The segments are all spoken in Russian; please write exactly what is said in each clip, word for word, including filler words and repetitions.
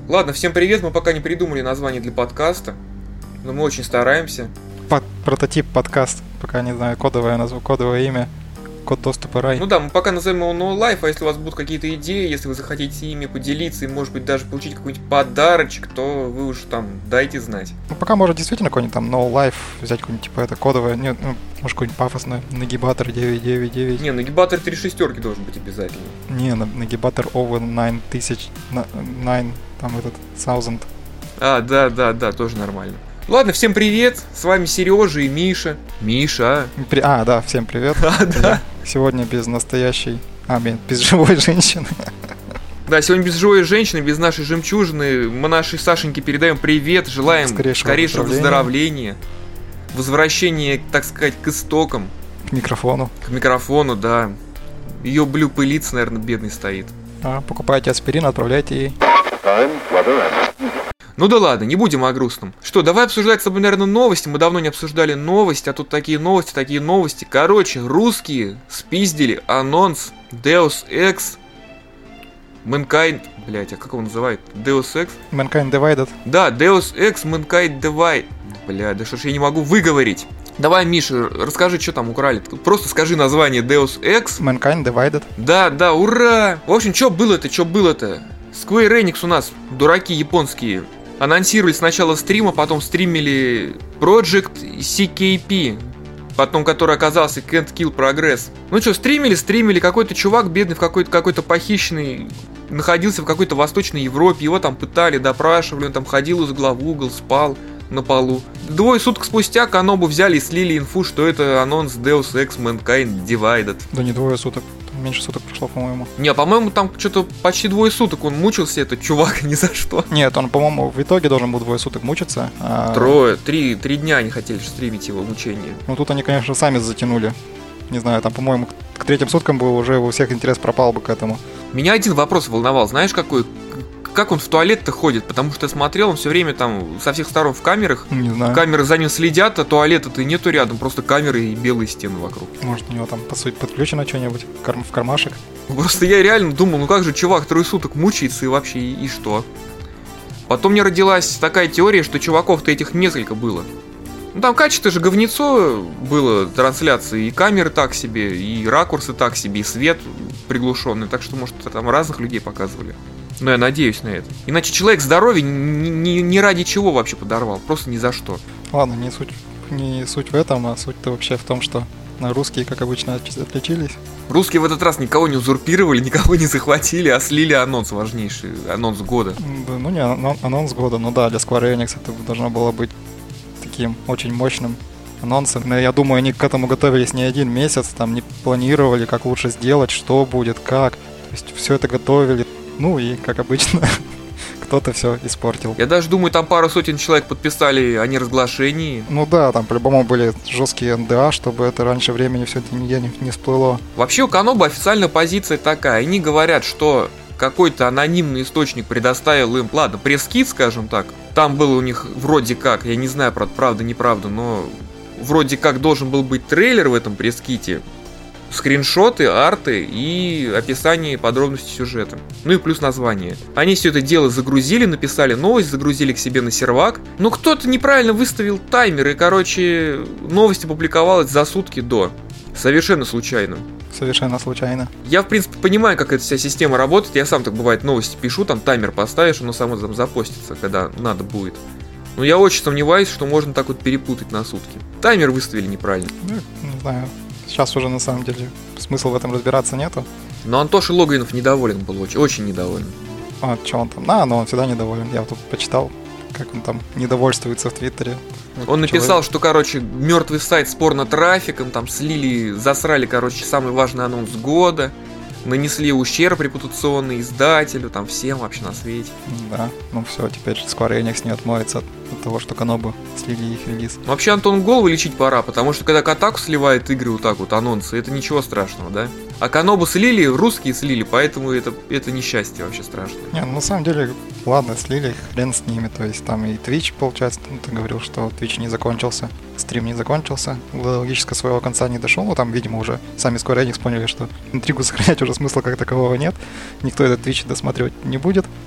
Ладно, всем привет, мы пока не придумали название для подкаста, но мы очень стараемся. Под, прототип подкаст, пока не знаю, кодовое название, кодовое имя, код доступа рай. Ну да, мы пока назовем его No Life, а если у вас будут какие-то идеи, если вы захотите ими поделиться и, может быть, даже получить какой-нибудь подарочек, то вы уж там дайте знать. Ну пока может действительно какой-нибудь там No Life взять какой-нибудь типа это кодовое, нет, ну, может какой-нибудь пафосный, нагибатор девять девять девять. Не, нагибатор три шестерки должен быть обязательно. Не, нагибатор over девять тысяч, девять, там этот, thousand. А, да, да, да, тоже нормально. Ладно, всем привет, с вами Сережа и Миша. Миша. При... А, да, всем привет. А, да. Сегодня без настоящей, а, без живой женщины. Да, сегодня без живой женщины, без нашей жемчужины. Мы нашей Сашеньке передаем привет, желаем скорейшего, скорейшего выздоровления, возвращения, так сказать, к истокам. К микрофону. К микрофону, да. Ее блю пылится, наверное, бедный стоит. А, покупайте аспирин, отправляйте ей. Ну да ладно, не будем о грустном. Что, давай обсуждать с тобой, наверное, новости. Мы давно не обсуждали новости, а тут такие новости, такие новости. Короче, русские спиздили анонс Deus Ex Mankind... Блять, а как его называют? Deus Ex? Mankind Divided. Да, Deus Ex Mankind Divided. Бля, да что ж я не могу выговорить. Давай, Миша, расскажи, что там украли. Просто скажи название Deus Ex. Mankind Divided. Да, да, ура! В общем, что было-то, что было-то? Square Enix у нас, дураки японские, анонсировали сначала стрима, потом стримили Project си кей пи, потом который оказался Can't Kill Progress. Ну что, стримили, стримили, какой-то чувак бедный в какой-то какой-то похищенный находился в какой-то Восточной Европе, его там пытали, допрашивали, он там ходил из угла в угол, спал на полу. Двое суток спустя Канобу взяли и слили инфу, что это анонс Deus Ex Mankind Divided. Да не двое суток. Меньше суток прошло, по-моему. Не, по-моему, там что-то почти двое суток он мучился, этот чувак, ни за что. Нет, он, по-моему, в итоге должен был двое суток мучиться. А... Трое, три, три дня они хотели стримить его мучение. Ну, тут они, конечно, сами затянули. Не знаю, там, по-моему, к третьим суткам бы уже у всех интерес пропал бы к этому. Меня один вопрос волновал, знаешь, какой? Как он в туалет-то ходит? Потому что я смотрел, он все время там со всех сторон в камерах. Не знаю. Камеры за ним следят, а туалета-то нету рядом, просто камеры и белые стены вокруг. Может, у него там, по сути, подключено что-нибудь в кармашек? Просто я реально думал, ну как же чувак трое суток мучается и вообще, и, и что? Потом мне родилась такая теория, что чуваков-то этих несколько было. Ну там качество же говнецо было трансляции, и камеры так себе, и ракурсы так себе, и свет приглушенный, так что, может, там разных людей показывали. Но я надеюсь на это. Иначе человек здоровье ни, ни, ни ради чего вообще подорвал. Просто ни за что. Ладно, не суть, не суть в этом, а суть-то вообще в том, что русские, как обычно, отличились. Русские в этот раз никого не узурпировали, никого не захватили, а слили анонс важнейший, анонс года. Да, ну не анонс года, но да, для Square Enix это должно было быть таким очень мощным анонсом. Но я думаю, они к этому готовились не один месяц, там не планировали, как лучше сделать, что будет, как. То есть все это готовили. Ну и, как обычно, кто-то все испортил. Я даже думаю, там пару сотен человек подписали о неразглашении. Ну да, там по-любому были жесткие эн дэ а, чтобы это раньше времени все это нигде не, не всплыло. Вообще у Канобу официальная позиция такая. Они говорят, что какой-то анонимный источник предоставил им, ладно, пресс-кит, скажем так. Там был у них вроде как, я не знаю, правда, неправда, но вроде как должен был быть трейлер в этом пресс-ките. Скриншоты, арты и описание подробностей сюжета. Ну и плюс название. Они все это дело загрузили, написали новость, загрузили к себе на сервак. Но кто-то неправильно выставил таймер, и, короче, новость опубликовалась за сутки до. Совершенно случайно. Совершенно случайно. Я, в принципе, понимаю, как эта вся система работает. Я сам так, бывает, новости пишу, там таймер поставишь, оно само там запостится, когда надо будет. Но я очень сомневаюсь, что можно так вот перепутать на сутки. Таймер выставили неправильно. Ну, не знаю. Сейчас уже на самом деле смысла в этом разбираться нету. Но Антоша Логвинов недоволен был, очень, очень недоволен. А, что он там? А, но он всегда недоволен. Я вот тут почитал, как он там недовольствуется в Твиттере. Он написал, человек. Что, короче, мертвый сайт с порно-трафиком, там слили, засрали, короче, самый важный анонс года, нанесли ущерб репутационный издателю, там всем вообще на свете. Да, ну все, теперь Square Enix не отмоется от, от того, что Канобу слили их релиз. Вообще, Антон, голову лечить пора, потому что когда Kotaku сливает игры вот так вот, анонсы, это ничего страшного, да? А Канобу слили, русские слили, поэтому это, это несчастье вообще страшное. Не, ну на самом деле, ладно, слили, хрен с ними, то есть там и Twitch, получается, ну, ты говорил, что Twitch не закончился, стрим не закончился, логического своего конца не дошел, ну там, видимо, уже сами Square Enix поняли, что интригу сохранять уже смысла как такового нет, никто этот Twitch досматривать не будет,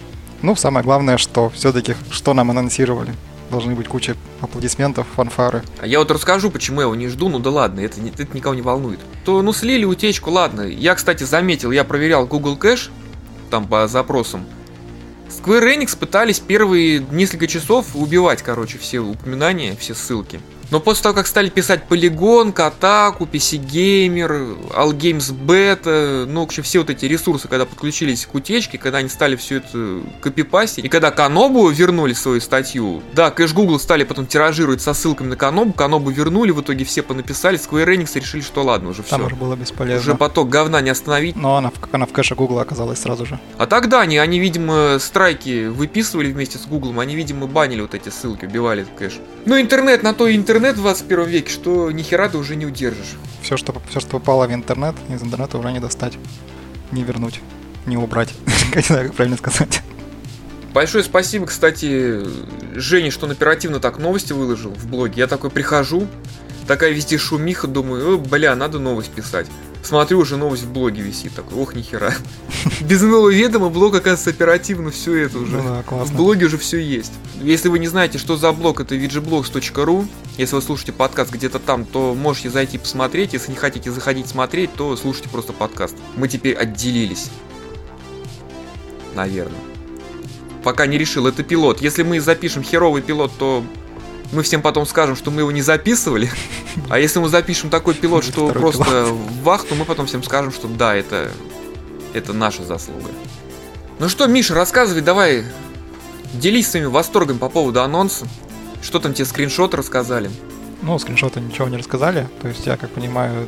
Ну, самое главное, что все-таки, что нам анонсировали. Должны быть куча аплодисментов, фанфары. А я вот расскажу, почему я его не жду, ну да ладно, это, это никого не волнует. То, ну, слили утечку, ладно. Я, кстати, заметил, я проверял Google Cache, там по запросам. Square Enix пытались первые несколько часов убивать, короче, все упоминания, все ссылки. Но после того, как стали писать Polygon, Kotaku, пи си Gamer, All Games Beta, ну, в общем, все вот эти ресурсы, когда подключились к утечке, когда они стали все это копипастить, и когда Канобу вернули свою статью, да, кэш Google стали потом тиражировать со ссылками на Канобу, Канобу вернули, в итоге все понаписали, Square Enix решили, что ладно, уже все. Там уже было бесполезно. Уже поток говна не остановить. Но она, она в кэше Google оказалась сразу же. А тогда они, они, видимо, страйки выписывали вместе с Гуглом, они, видимо, банили вот эти ссылки, убивали кэш. Ну, интернет на то и интернет в двадцать первом веке, что ни хера ты уже не удержишь. Все что, все, что попало в интернет, из интернета уже не достать, не вернуть, не убрать. Не знаю, как правильно сказать. Большое спасибо, кстати, Жене, что он оперативно так новости выложил в блоге. Я такой прихожу, такая везде шумиха, думаю, бля, надо новость писать. Смотрю, уже новость в блоге висит, такой, ох, нихера. Без моего ведома блог, оказывается, оперативно все это уже. Ну да, классно. В блоге уже все есть. Если вы не знаете, что за блог, это ви джи блогс точка ру. Если вы слушаете подкаст где-то там, то можете зайти посмотреть. Если не хотите заходить смотреть, то слушайте просто подкаст. Мы теперь отделились. Наверное. Пока не решил, это пилот. Если мы запишем херовый пилот, то мы всем потом скажем, что мы его не записывали. А если мы запишем такой пилот, что просто в вахту, мы потом всем скажем, что да, это, это наша заслуга. Ну что, Миша, рассказывай, давай, делись своими восторгами по поводу анонса. Что там тебе скриншоты рассказали? Ну, скриншоты ничего не рассказали. То есть, я как понимаю,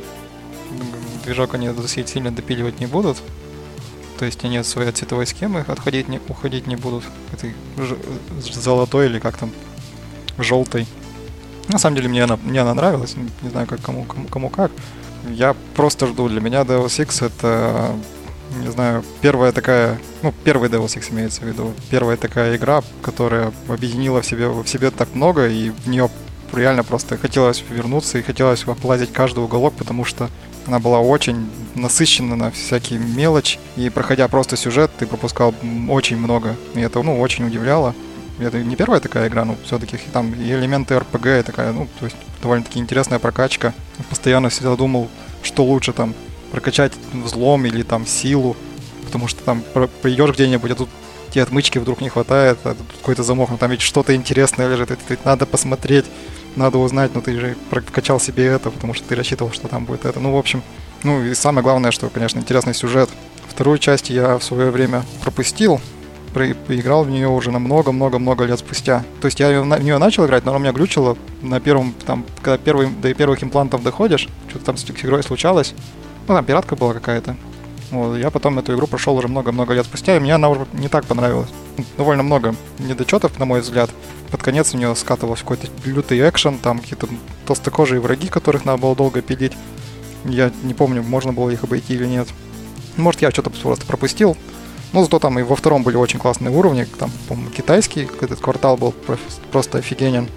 движок они сильно допиливать не будут. То есть, они от своей цветовой схемы отходить не, уходить не будут. Этой ж- золотой или как там, желтой. На самом деле мне она, мне она нравилась, не знаю как кому, кому, кому как. Я просто жду. Для меня Deus Ex это, не знаю, первая такая, ну первый Deus Ex имеется в виду, первая такая игра, которая объединила в себе, в себе так много, и в нее реально просто хотелось вернуться и хотелось облазить каждый уголок, потому что она была очень насыщена на всякие мелочи, и проходя просто сюжет, ты пропускал очень много, и это, ну, очень удивляло. Это не первая такая игра, но все-таки там и элементы эр пи джи, и такая, ну, то есть довольно-таки интересная прокачка. Постоянно всегда думал, что лучше там прокачать взлом или там силу, потому что там придешь где-нибудь, а тут тебе отмычки вдруг не хватает, а тут какой-то замок, но там ведь что-то интересное лежит, это, это надо посмотреть, надо узнать, но ты же прокачал себе это, потому что ты рассчитывал, что там будет это. Ну, в общем, ну и самое главное, что, конечно, интересный сюжет. Вторую часть я в свое время пропустил, поиграл в нее уже на много-много-много лет спустя. То есть я ее, в нее начал играть, но она у меня глючила на первом, там, когда первый, до первых имплантов доходишь, что-то там с игрой случалось. Ну, там пиратка была какая-то. Вот, я потом эту игру прошел уже много-много лет спустя, и мне она уже не так понравилась. Довольно много недочетов, на мой взгляд. Под конец у нее скатывался какой-то лютый экшен, там какие-то толстокожие враги, которых надо было долго пилить. Я не помню, можно было их обойти или нет. Может, я что-то просто пропустил. Ну, зато там и во втором были очень классные уровни. Там, по-моему, китайский этот квартал был просто офигенен.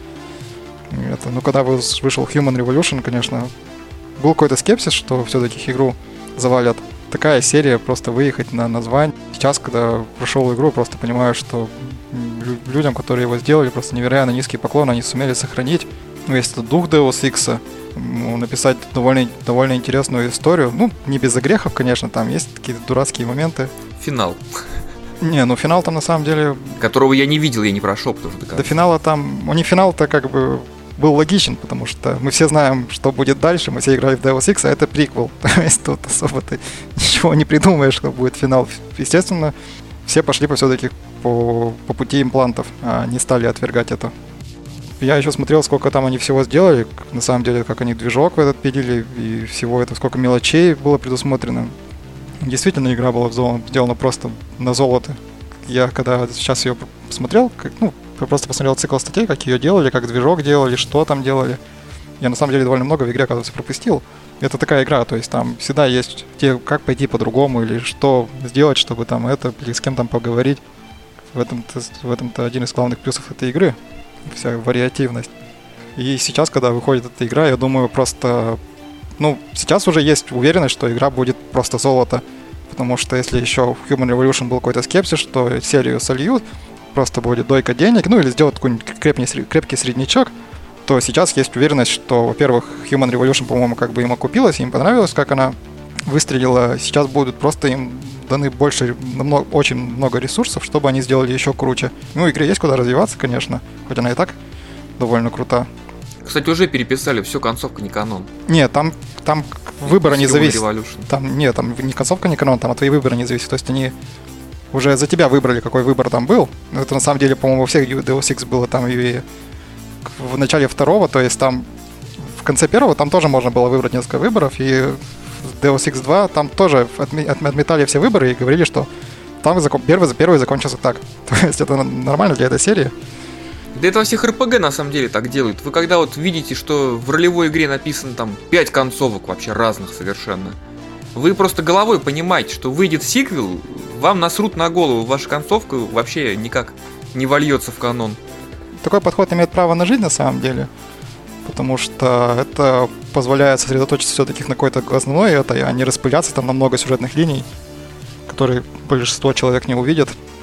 Это, ну, когда вышел Human Revolution, конечно, был какой-то скепсис, что все-таки игру завалят. Такая серия, просто выехать на название. Сейчас, когда прошел игру, просто понимаю, что людям, которые его сделали, просто невероятно низкий поклон, они сумели сохранить ну, весь этот дух Deus Ex, написать довольно, довольно интересную историю. Ну, не без огрехов, конечно, там есть какие-то дурацкие моменты. Финал. Не, ну финал там на самом деле... Которого я не видел, я не прошел, потому что... До финала там... Ну, не финал-то как бы был логичен, потому что мы все знаем, что будет дальше, мы все играли в Deus Ex, а это приквел. То есть тут особо ты ничего не придумаешь, что будет финал. Естественно, все пошли по все-таки по, по пути имплантов, а не стали отвергать это. Я еще смотрел, сколько там они всего сделали, на самом деле, как они движок в этот пилили, и всего это, сколько мелочей было предусмотрено. Действительно, игра была сделана просто на золото. Я когда сейчас ее посмотрел, как, ну, просто посмотрел цикл статей, как ее делали, как движок делали, что там делали. Я на самом деле довольно много в игре, оказывается, пропустил. Это такая игра, то есть там всегда есть те, как пойти по-другому, или что сделать, чтобы там это, или с кем там поговорить. В этом-то, в этом-то один из главных плюсов этой игры. Вся вариативность. И сейчас, когда выходит эта игра, я думаю, просто... Ну, сейчас уже есть уверенность, что игра будет просто золото. потому что если еще в Human Revolution был какой-то скепсис, что серию сольют, просто будет дойка денег, ну или сделать какой-нибудь крепкий, крепкий среднячок, то сейчас есть уверенность, что, во-первых, Human Revolution, по-моему, как бы им окупилась, им понравилось, как она выстрелила. Сейчас будут просто им даны больше, намного, очень много ресурсов, чтобы они сделали еще круче. Ну, игре есть куда развиваться, конечно, хоть она и так довольно крута. Кстати, уже переписали, все, концовка не канон. Нет, там, там выбора не зависит. Revolution. Там, нет, там не концовка не канон, там от твоих выбора не зависит. То есть они уже за тебя выбрали, какой выбор там был. Это на самом деле, по-моему, во всех Deus Ex было там и в начале второго, то есть там в конце первого там тоже можно было выбрать несколько выборов, и в Deus Ex два там тоже отметали все выборы и говорили, что там закон... первый, первый закончился так. То есть это нормально для этой серии. Да это во всех эр пи джи на самом деле так делают. Вы когда вот видите, что в ролевой игре написано там пять концовок вообще разных совершенно, вы просто головой понимаете, что выйдет сиквел, вам насрут на голову, ваша концовка вообще никак не вольется в канон. Такой подход имеет право на жизнь на самом деле, потому что это позволяет сосредоточиться все-таки на какой-то основной этой, а не распыляться там на много сюжетных линий, которые большинство человек не увидят.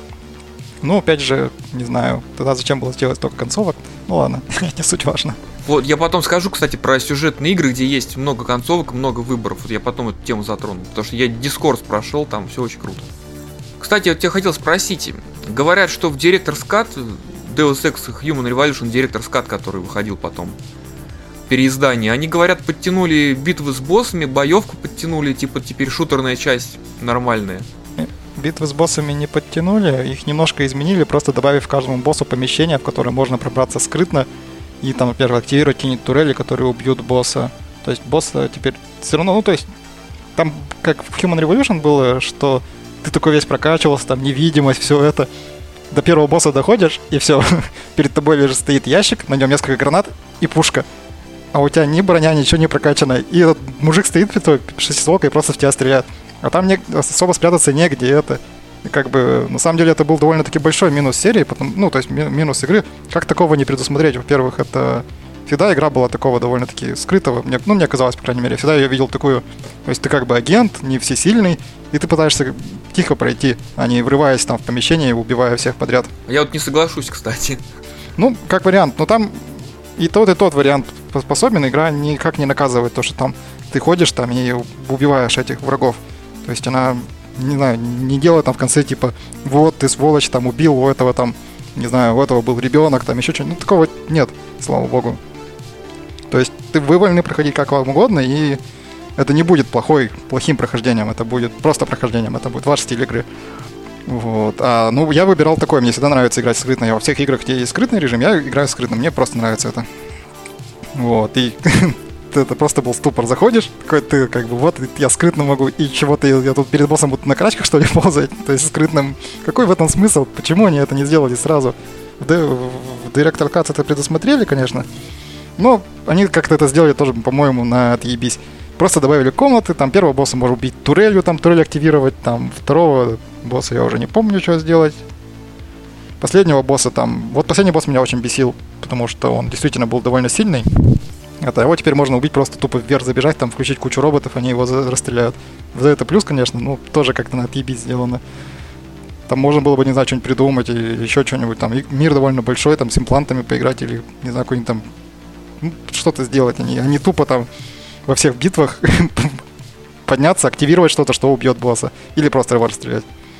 Ну, опять же, не знаю, тогда зачем было сделать столько концовок? Ну ладно, не суть важно. Вот, я потом скажу, кстати, про сюжетные игры, где есть много концовок, много выборов. Вот я потом эту тему затрону, потому что я Discourse прошел, там все очень круто. Кстати, вот я хотел спросить, говорят, что в Director's Cut Deus Ex Human Revolution Director's Cut, который выходил потом, переиздание, они, говорят, подтянули битвы с боссами, боевку подтянули, типа теперь шутерная часть нормальная. Битвы с боссами не подтянули, их немножко изменили, просто добавив каждому боссу помещение, в которое можно пробраться скрытно и там, например, активировать какие-нибудь турели, которые убьют босса. То есть босса теперь все равно, ну то есть там как в Human Revolution было, что ты такой весь прокачивался, там невидимость, все это. До первого босса доходишь, и все, перед тобой лежит стоит ящик, на нем несколько гранат и пушка. А у тебя ни броня, ничего не прокачано. И этот мужик стоит перед тобой, шестистволкой, и просто в тебя стреляет. А там не, особо спрятаться негде это. И как бы, на самом деле, это был довольно-таки большой минус серии, потом, ну, то есть ми- минус игры. Как такого не предусмотреть? Во-первых, это всегда игра была такого довольно-таки скрытого. Мне, ну, мне казалось, по крайней мере, всегда я видел такую. То есть ты как бы агент, не всесильный, и ты пытаешься тихо пройти, а не врываясь там в помещение и убивая всех подряд. Я вот не соглашусь, кстати. Ну, как вариант, но там и тот, и тот вариант способен. Игра никак не наказывает то, что там ты ходишь там и убиваешь этих врагов. То есть она, не знаю, не делает там в конце типа, вот ты сволочь, там убил у этого там, не знаю, у этого был ребенок, там еще что-нибудь. Ну, такого нет, слава богу. То есть ты выволены проходить как вам угодно, и это не будет плохой, плохим прохождением, это будет просто прохождением, это будет ваш стиль игры. Вот. А, ну, я выбирал такой, мне всегда нравится играть скрытно. Я во всех играх, где есть скрытный режим, я играю скрытно, мне просто нравится это. Вот, и это просто был ступор. Заходишь, такой ты как бы, вот, я скрытно могу, и чего-то, я тут перед боссом буду на крачках, что ли, ползать, то есть скрытным. Какой в этом смысл? Почему они это не сделали сразу? В Director's Cut это предусмотрели, конечно, но они как-то это сделали тоже, по-моему, на отъебись. Просто добавили комнаты, там первого босса можно убить турелью, там турель активировать, там второго босса я уже не помню, что сделать. Последнего босса там... Вот последний босс меня очень бесил, потому что он действительно был довольно сильный. Это его теперь можно убить, просто тупо вверх забежать, там включить кучу роботов, они его расстреляют. За это плюс, конечно, ну тоже как-то на отъебись сделано. Там можно было бы, не знаю, что-нибудь придумать или еще что-нибудь. Там мир довольно большой, там с имплантами поиграть или, не знаю, какой-нибудь там... Ну, что-то сделать. Они, они тупо там во всех битвах подняться, активировать что-то, что убьет босса. Или просто его расстрелять.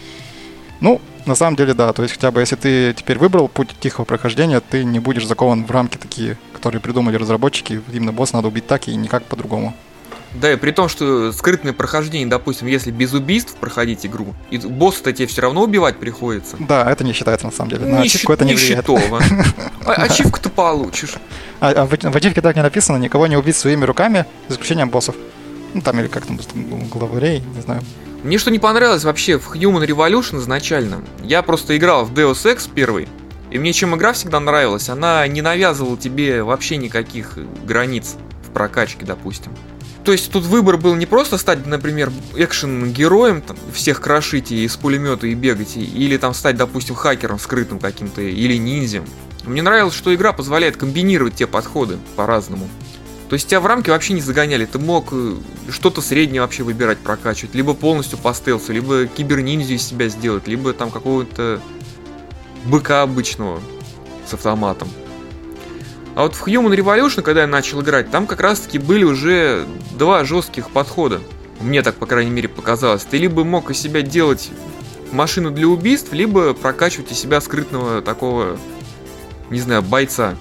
Ну, на самом деле, да. То есть, хотя бы, если ты теперь выбрал путь тихого прохождения, ты не будешь закован в рамки такие, которые придумали разработчики. Именно босса надо убить так и никак по-другому. Да, и при том, что скрытное прохождение, допустим, если без убийств проходить игру, и босса-то тебе все равно убивать приходится. Да, это не считается на самом деле. На не ачивку это не влияет. А ачивку-то получишь. А, а в, в ачивке так не написано, никого не убить своими руками, за исключением боссов. Ну там или как там, главарей, не знаю. Мне что не понравилось вообще в Human Revolution изначально, я просто играл в Deus Ex первый, и мне чем игра всегда нравилась, она не навязывала тебе вообще никаких границ в прокачке, допустим. То есть тут выбор был не просто стать, например, экшен-героем, там, всех крошить и из пулемета и бегать, или там стать, допустим, хакером скрытым каким-то, или ниндзем. Мне нравилось, что игра позволяет комбинировать те подходы по-разному. То есть тебя в рамки вообще не загоняли. Ты мог что-то среднее вообще выбирать, прокачивать. Либо полностью по стелсу, либо киберниндзю из себя сделать, либо там какого-то быка обычного с автоматом. А вот в Human Revolution, когда я начал играть, там как раз-таки были уже два жестких подхода. Мне так, по крайней мере, показалось. Ты либо мог из себя делать машину для убийств, либо прокачивать из себя скрытного такого, не знаю, бойца.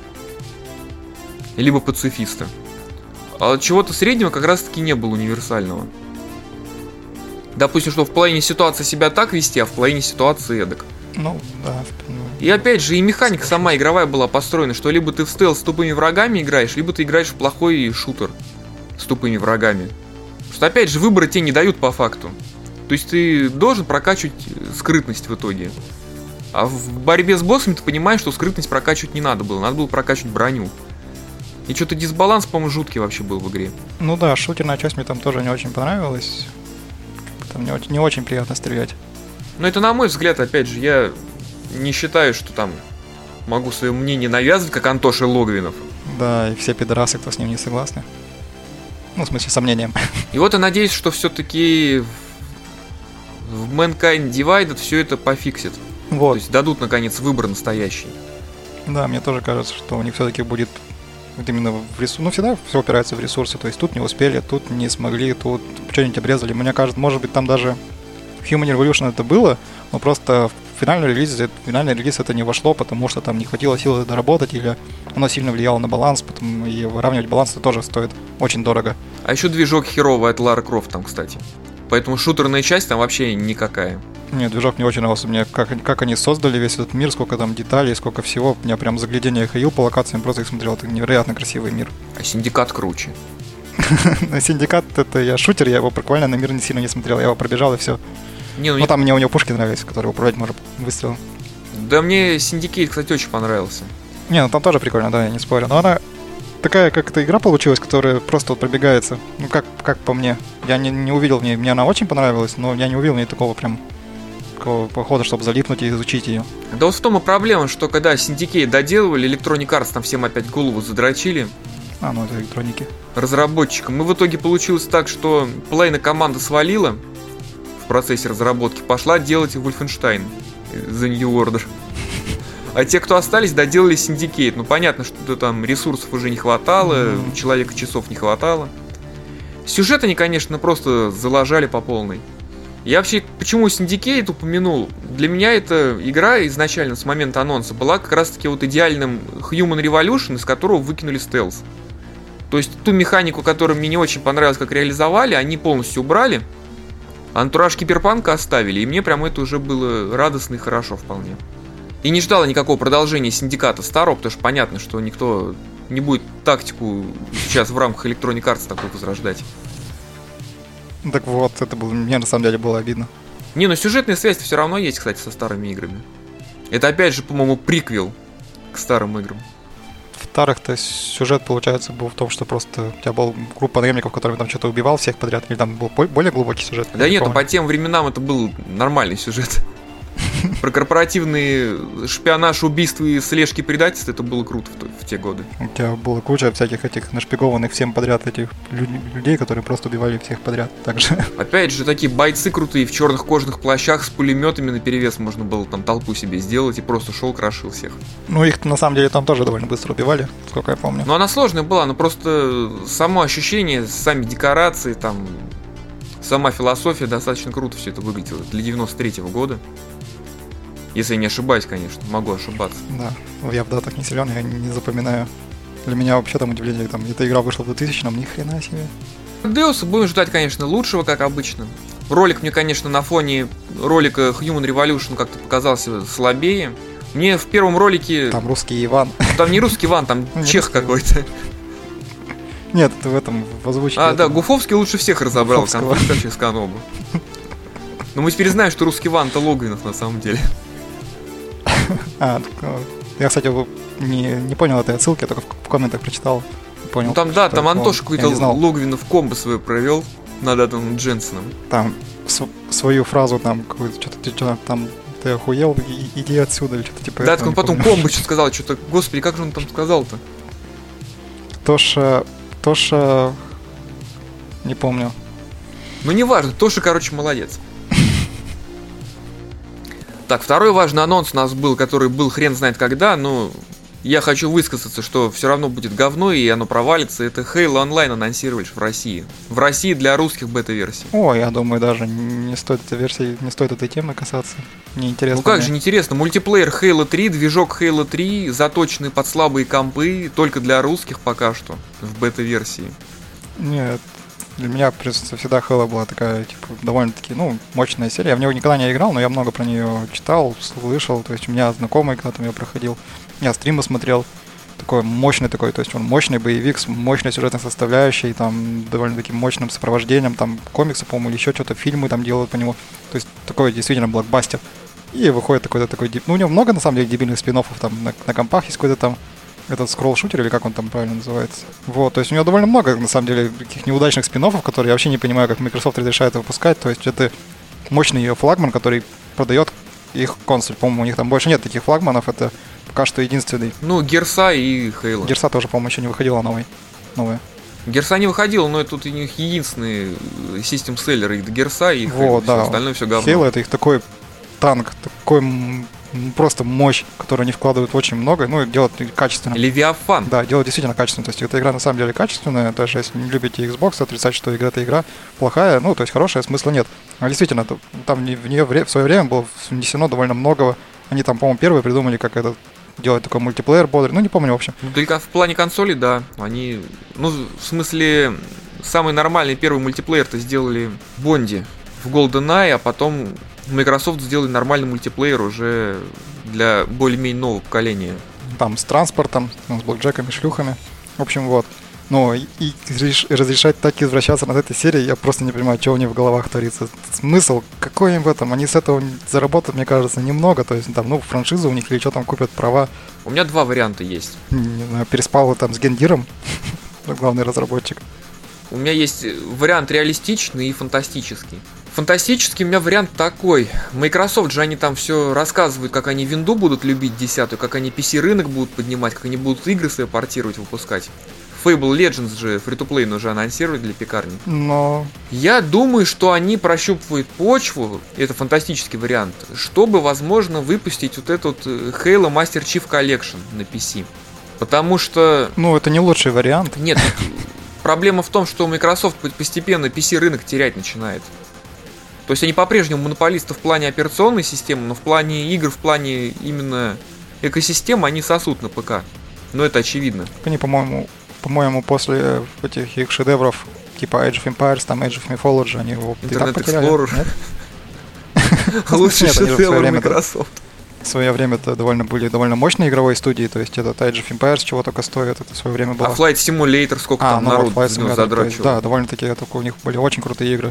Либо пацифиста. А чего-то среднего как раз-таки не было универсального. Допустим, что в половине ситуации себя так вести, а в половине ситуации эдак. Ну, да. Ну, и опять же, и механика сама игровая была построена, что либо ты в стелс с тупыми врагами играешь, либо ты играешь в плохой шутер с тупыми врагами. Что опять же, выбора тебе не дают по факту. То есть ты должен прокачивать скрытность в итоге. А в борьбе с боссами ты понимаешь, что скрытность прокачивать не надо было. Надо было прокачивать броню. И что-то дисбаланс, по-моему, жуткий вообще был в игре. Ну да, шутерная часть мне там тоже не очень понравилась. Там не очень, не очень приятно стрелять. Но это, на мой взгляд, опять же, я не считаю, что там могу свое мнение навязывать, как Антоша Логвинов. Да, и все пидорасы, кто с ним не согласны. Ну, в смысле, сомнением. И вот я надеюсь, что все-таки в Mankind Divided все это пофиксит. Вот. То есть дадут, наконец, выбор настоящий. Да, мне тоже кажется, что у них все-таки будет вот именно в ресурсы. Ну, всегда все упирается в ресурсы. То есть тут не успели, тут не смогли, тут что-нибудь обрезали. Мне кажется, может быть, там даже в Human Revolution это было, но просто в финальный релиз, в финальный релиз это не вошло, потому что там не хватило сил это доработать, или оно сильно влияло на баланс, потом и выравнивать баланс это тоже стоит очень дорого. А еще движок херовый от Лара Крофт там, кстати. Поэтому шутерная часть там вообще никакая. Нет, движок мне очень нравился. Мне как, как они создали весь этот мир, сколько там деталей, сколько всего. У меня прям заглядение я ходил по локациям, просто их смотрел. Это невероятно красивый мир. А Синдикат круче. Синдикат, это я шутер, я его буквально на мир не сильно не смотрел. Я его пробежал и все. Не, ну, ну там мне у него пушки нравились, которые управлять можно выстрелом. Да мне Syndicate, кстати, очень понравился. Не, ну там тоже прикольно, да, я не спорю. Но она такая, как эта игра получилась, которая просто вот пробегается. Ну, как, как по мне. Я не, не увидел в ней, мне она очень понравилась, но я не увидел в ней такого прям такого похода, чтобы залипнуть и изучить ее. Да вот в том и проблема, что когда Syndicate доделывали, Electronic Arts там всем опять голову задрочили. А, ну это электроники. Разработчикам. И в итоге получилось так, что половина команды свалила в процессе разработки, пошла делать Wolfenstein The New Order. А те, кто остались, доделали Syndicate. Ну, понятно, что там ресурсов уже не хватало, mm-hmm. человека часов не хватало. Сюжет они, конечно, просто заложали по полной. Я вообще, почему Syndicate упомянул? Для меня эта игра изначально, с момента анонса, была как раз-таки вот идеальным Human Revolution, из которого выкинули стелс. То есть ту механику, которая мне не очень понравилась, как реализовали, они полностью убрали. Антураж киберпанка оставили, и мне прям это уже было радостно и хорошо вполне. И не ждала никакого продолжения Синдиката старого, потому что понятно, что никто не будет тактику сейчас в рамках Electronic Arts такой возрождать. Так вот, это было, мне на самом деле было обидно. Не, но сюжетная связь все равно есть, кстати, со старыми играми. Это опять же, по-моему, приквел к старым играм. В старых-то сюжет, получается, был в том, что просто у тебя была группа наемников, которыми там что-то убивал всех подряд, или там был более глубокий сюжет? Да нет, по тем временам это был нормальный сюжет. Про корпоративный шпионаж, убийства и слежки предательств это было круто в, в те годы. У тебя была куча всяких этих нашпигованных всем подряд этих людей, которые просто убивали всех подряд. Также. Опять же, такие бойцы крутые в черных кожаных плащах с пулеметами наперевес можно было там толпу себе сделать и просто шел, крошил всех. Ну их на самом деле там тоже довольно быстро убивали, сколько я помню. Но она сложная была, но просто само ощущение, сами декорации, там сама философия достаточно круто все это выглядело для девяносто третьего года. Если я не ошибаюсь, конечно, могу ошибаться. Да, я в датах не силен, я не запоминаю. Для меня вообще там удивление, там эта игра вышла в двухтысячном, ни хрена себе. Деуса будем ждать, конечно, лучшего, как обычно. Ролик мне, конечно, на фоне ролика Human Revolution как-то показался слабее. Мне в первом ролике... Там русский Иван. Там не русский Иван, там чех какой-то. Нет, это в этом в озвучке. А, да, Гуфовский лучше всех разобрал конфликт вообще с Канобу. Но мы теперь знаем, что русский Иван это Логвинов на самом деле. А, я, кстати, не, не понял этой отсылки, я только в комментах прочитал. Понял, ну там, да, там Антоша какой-то Логвинов комбо свое провел над Адамом Дженсеном. Там с- свою фразу, там, какую-то, что-то, что-то там, ты охуел, и, иди отсюда, или что-то типа да, этого. Да, он потом комбо что-то сказал, что-то, господи, как же он там сказал-то? То, что Тоша... Не помню. Ну, неважно, Тоша, короче, молодец. Так, второй важный анонс у нас был, который был хрен знает когда, но я хочу высказаться, что все равно будет говно, и оно провалится. Это Halo Online анонсировали в России. В России для русских бета-версий. О, я думаю, даже не стоит этой версии, не стоит этой темы касаться. Неинтересно. Ну как мне. же неинтересно, мультиплеер Halo три, движок Halo три, заточенный под слабые компы, только для русских пока что, в бета-версии. Нет, для меня всегда Halo была такая, типа, довольно-таки, ну, мощная серия. Я в него никогда не играл, но я много про нее читал, слышал. То есть у меня знакомый когда-то ее проходил. Я стримы смотрел. Такой мощный такой, то есть он мощный боевик с мощной сюжетной составляющей, там, довольно-таки мощным сопровождением, там, комиксы, по-моему, или еще что-то, фильмы там делают по нему. То есть такой действительно блокбастер. И выходит какой-то такой, ну, у него много, на самом деле, дебильных спин-оффов, там, на, на компах есть какой-то там этот скролл-шутер, или как он там правильно называется. Вот, то есть у него довольно много, на самом деле, таких неудачных спин-оффов, которые я вообще не понимаю, как Microsoft разрешает выпускать. То есть это мощный ее флагман, который продает их консоль. По-моему, у них там больше нет таких флагманов, это пока что единственный. Ну, Герса и Halo. Герса тоже, по-моему, еще не выходила новой. новая. Герса не выходила, но тут у них единственные систем-селлеры Герса и Halo. Вот, все да. остальное все говно. Halo — это их такой танк, такой м, просто мощь, которую они вкладывают очень много, ну и делают качественно. Левиафан. Да, делают действительно качественно. То есть эта игра на самом деле качественная, даже если не любите Xbox, отрицать, что игра-то игра плохая, ну, то есть хорошая, смысла нет. А действительно, там в нее в свое время было внесено довольно многого. Они там, по-моему, первые придумали, как это делать такой мультиплеер бодрый, ну, не помню, в общем. Ну, только в плане консоли, да, они, ну, в смысле, самый нормальный первый мультиплеер-то сделали Бонди в GoldenEye, а потом Microsoft сделали нормальный мультиплеер уже для более-менее нового поколения. Там с транспортом, с блэкджеками, шлюхами. В общем, вот. Но и, и разрешать так извращаться над этой серией, я просто не понимаю, что у них в головах творится. Смысл? Какой им в этом? Они с этого заработают, мне кажется, немного. То есть там, ну, франшизу у них или что там купят, права. У меня два варианта есть. Не знаю, переспал там с Гендиром, главный разработчик. У меня есть вариант реалистичный и фантастический. Фантастический у меня вариант такой. Microsoft же они там все рассказывают, как они винду будут любить десятую, как они пи си-рынок будут поднимать, как они будут игры свои портировать, выпускать. Fable Legends же фри-то-плей уже анонсировали для пекарни. Но... Я думаю, что они прощупывают почву, это фантастический вариант, чтобы, возможно, выпустить вот этот Halo Master Chief Collection на пи си. Потому что... Ну, это не лучший вариант. Нет, проблема в том, что Microsoft постепенно пи си-рынок терять начинает. То есть они по-прежнему монополисты в плане операционной системы, но в плане игр, в плане именно экосистемы они сосут на ПК. Но это очевидно. Они, по-моему, по-моему, после этих их шедевров типа Age of Empires, там Age of Mythology, они его и так потеряли. Internet Explorer. Лучший шедевр Microsoft. В свое время это довольно были довольно мощные игровые студии, то есть этот Age of Empires чего только стоит, это в свое время было. А Flight Simulator сколько а, там ну, народ вот с него задрачивал. Да, довольно-таки это, у них были очень крутые игры.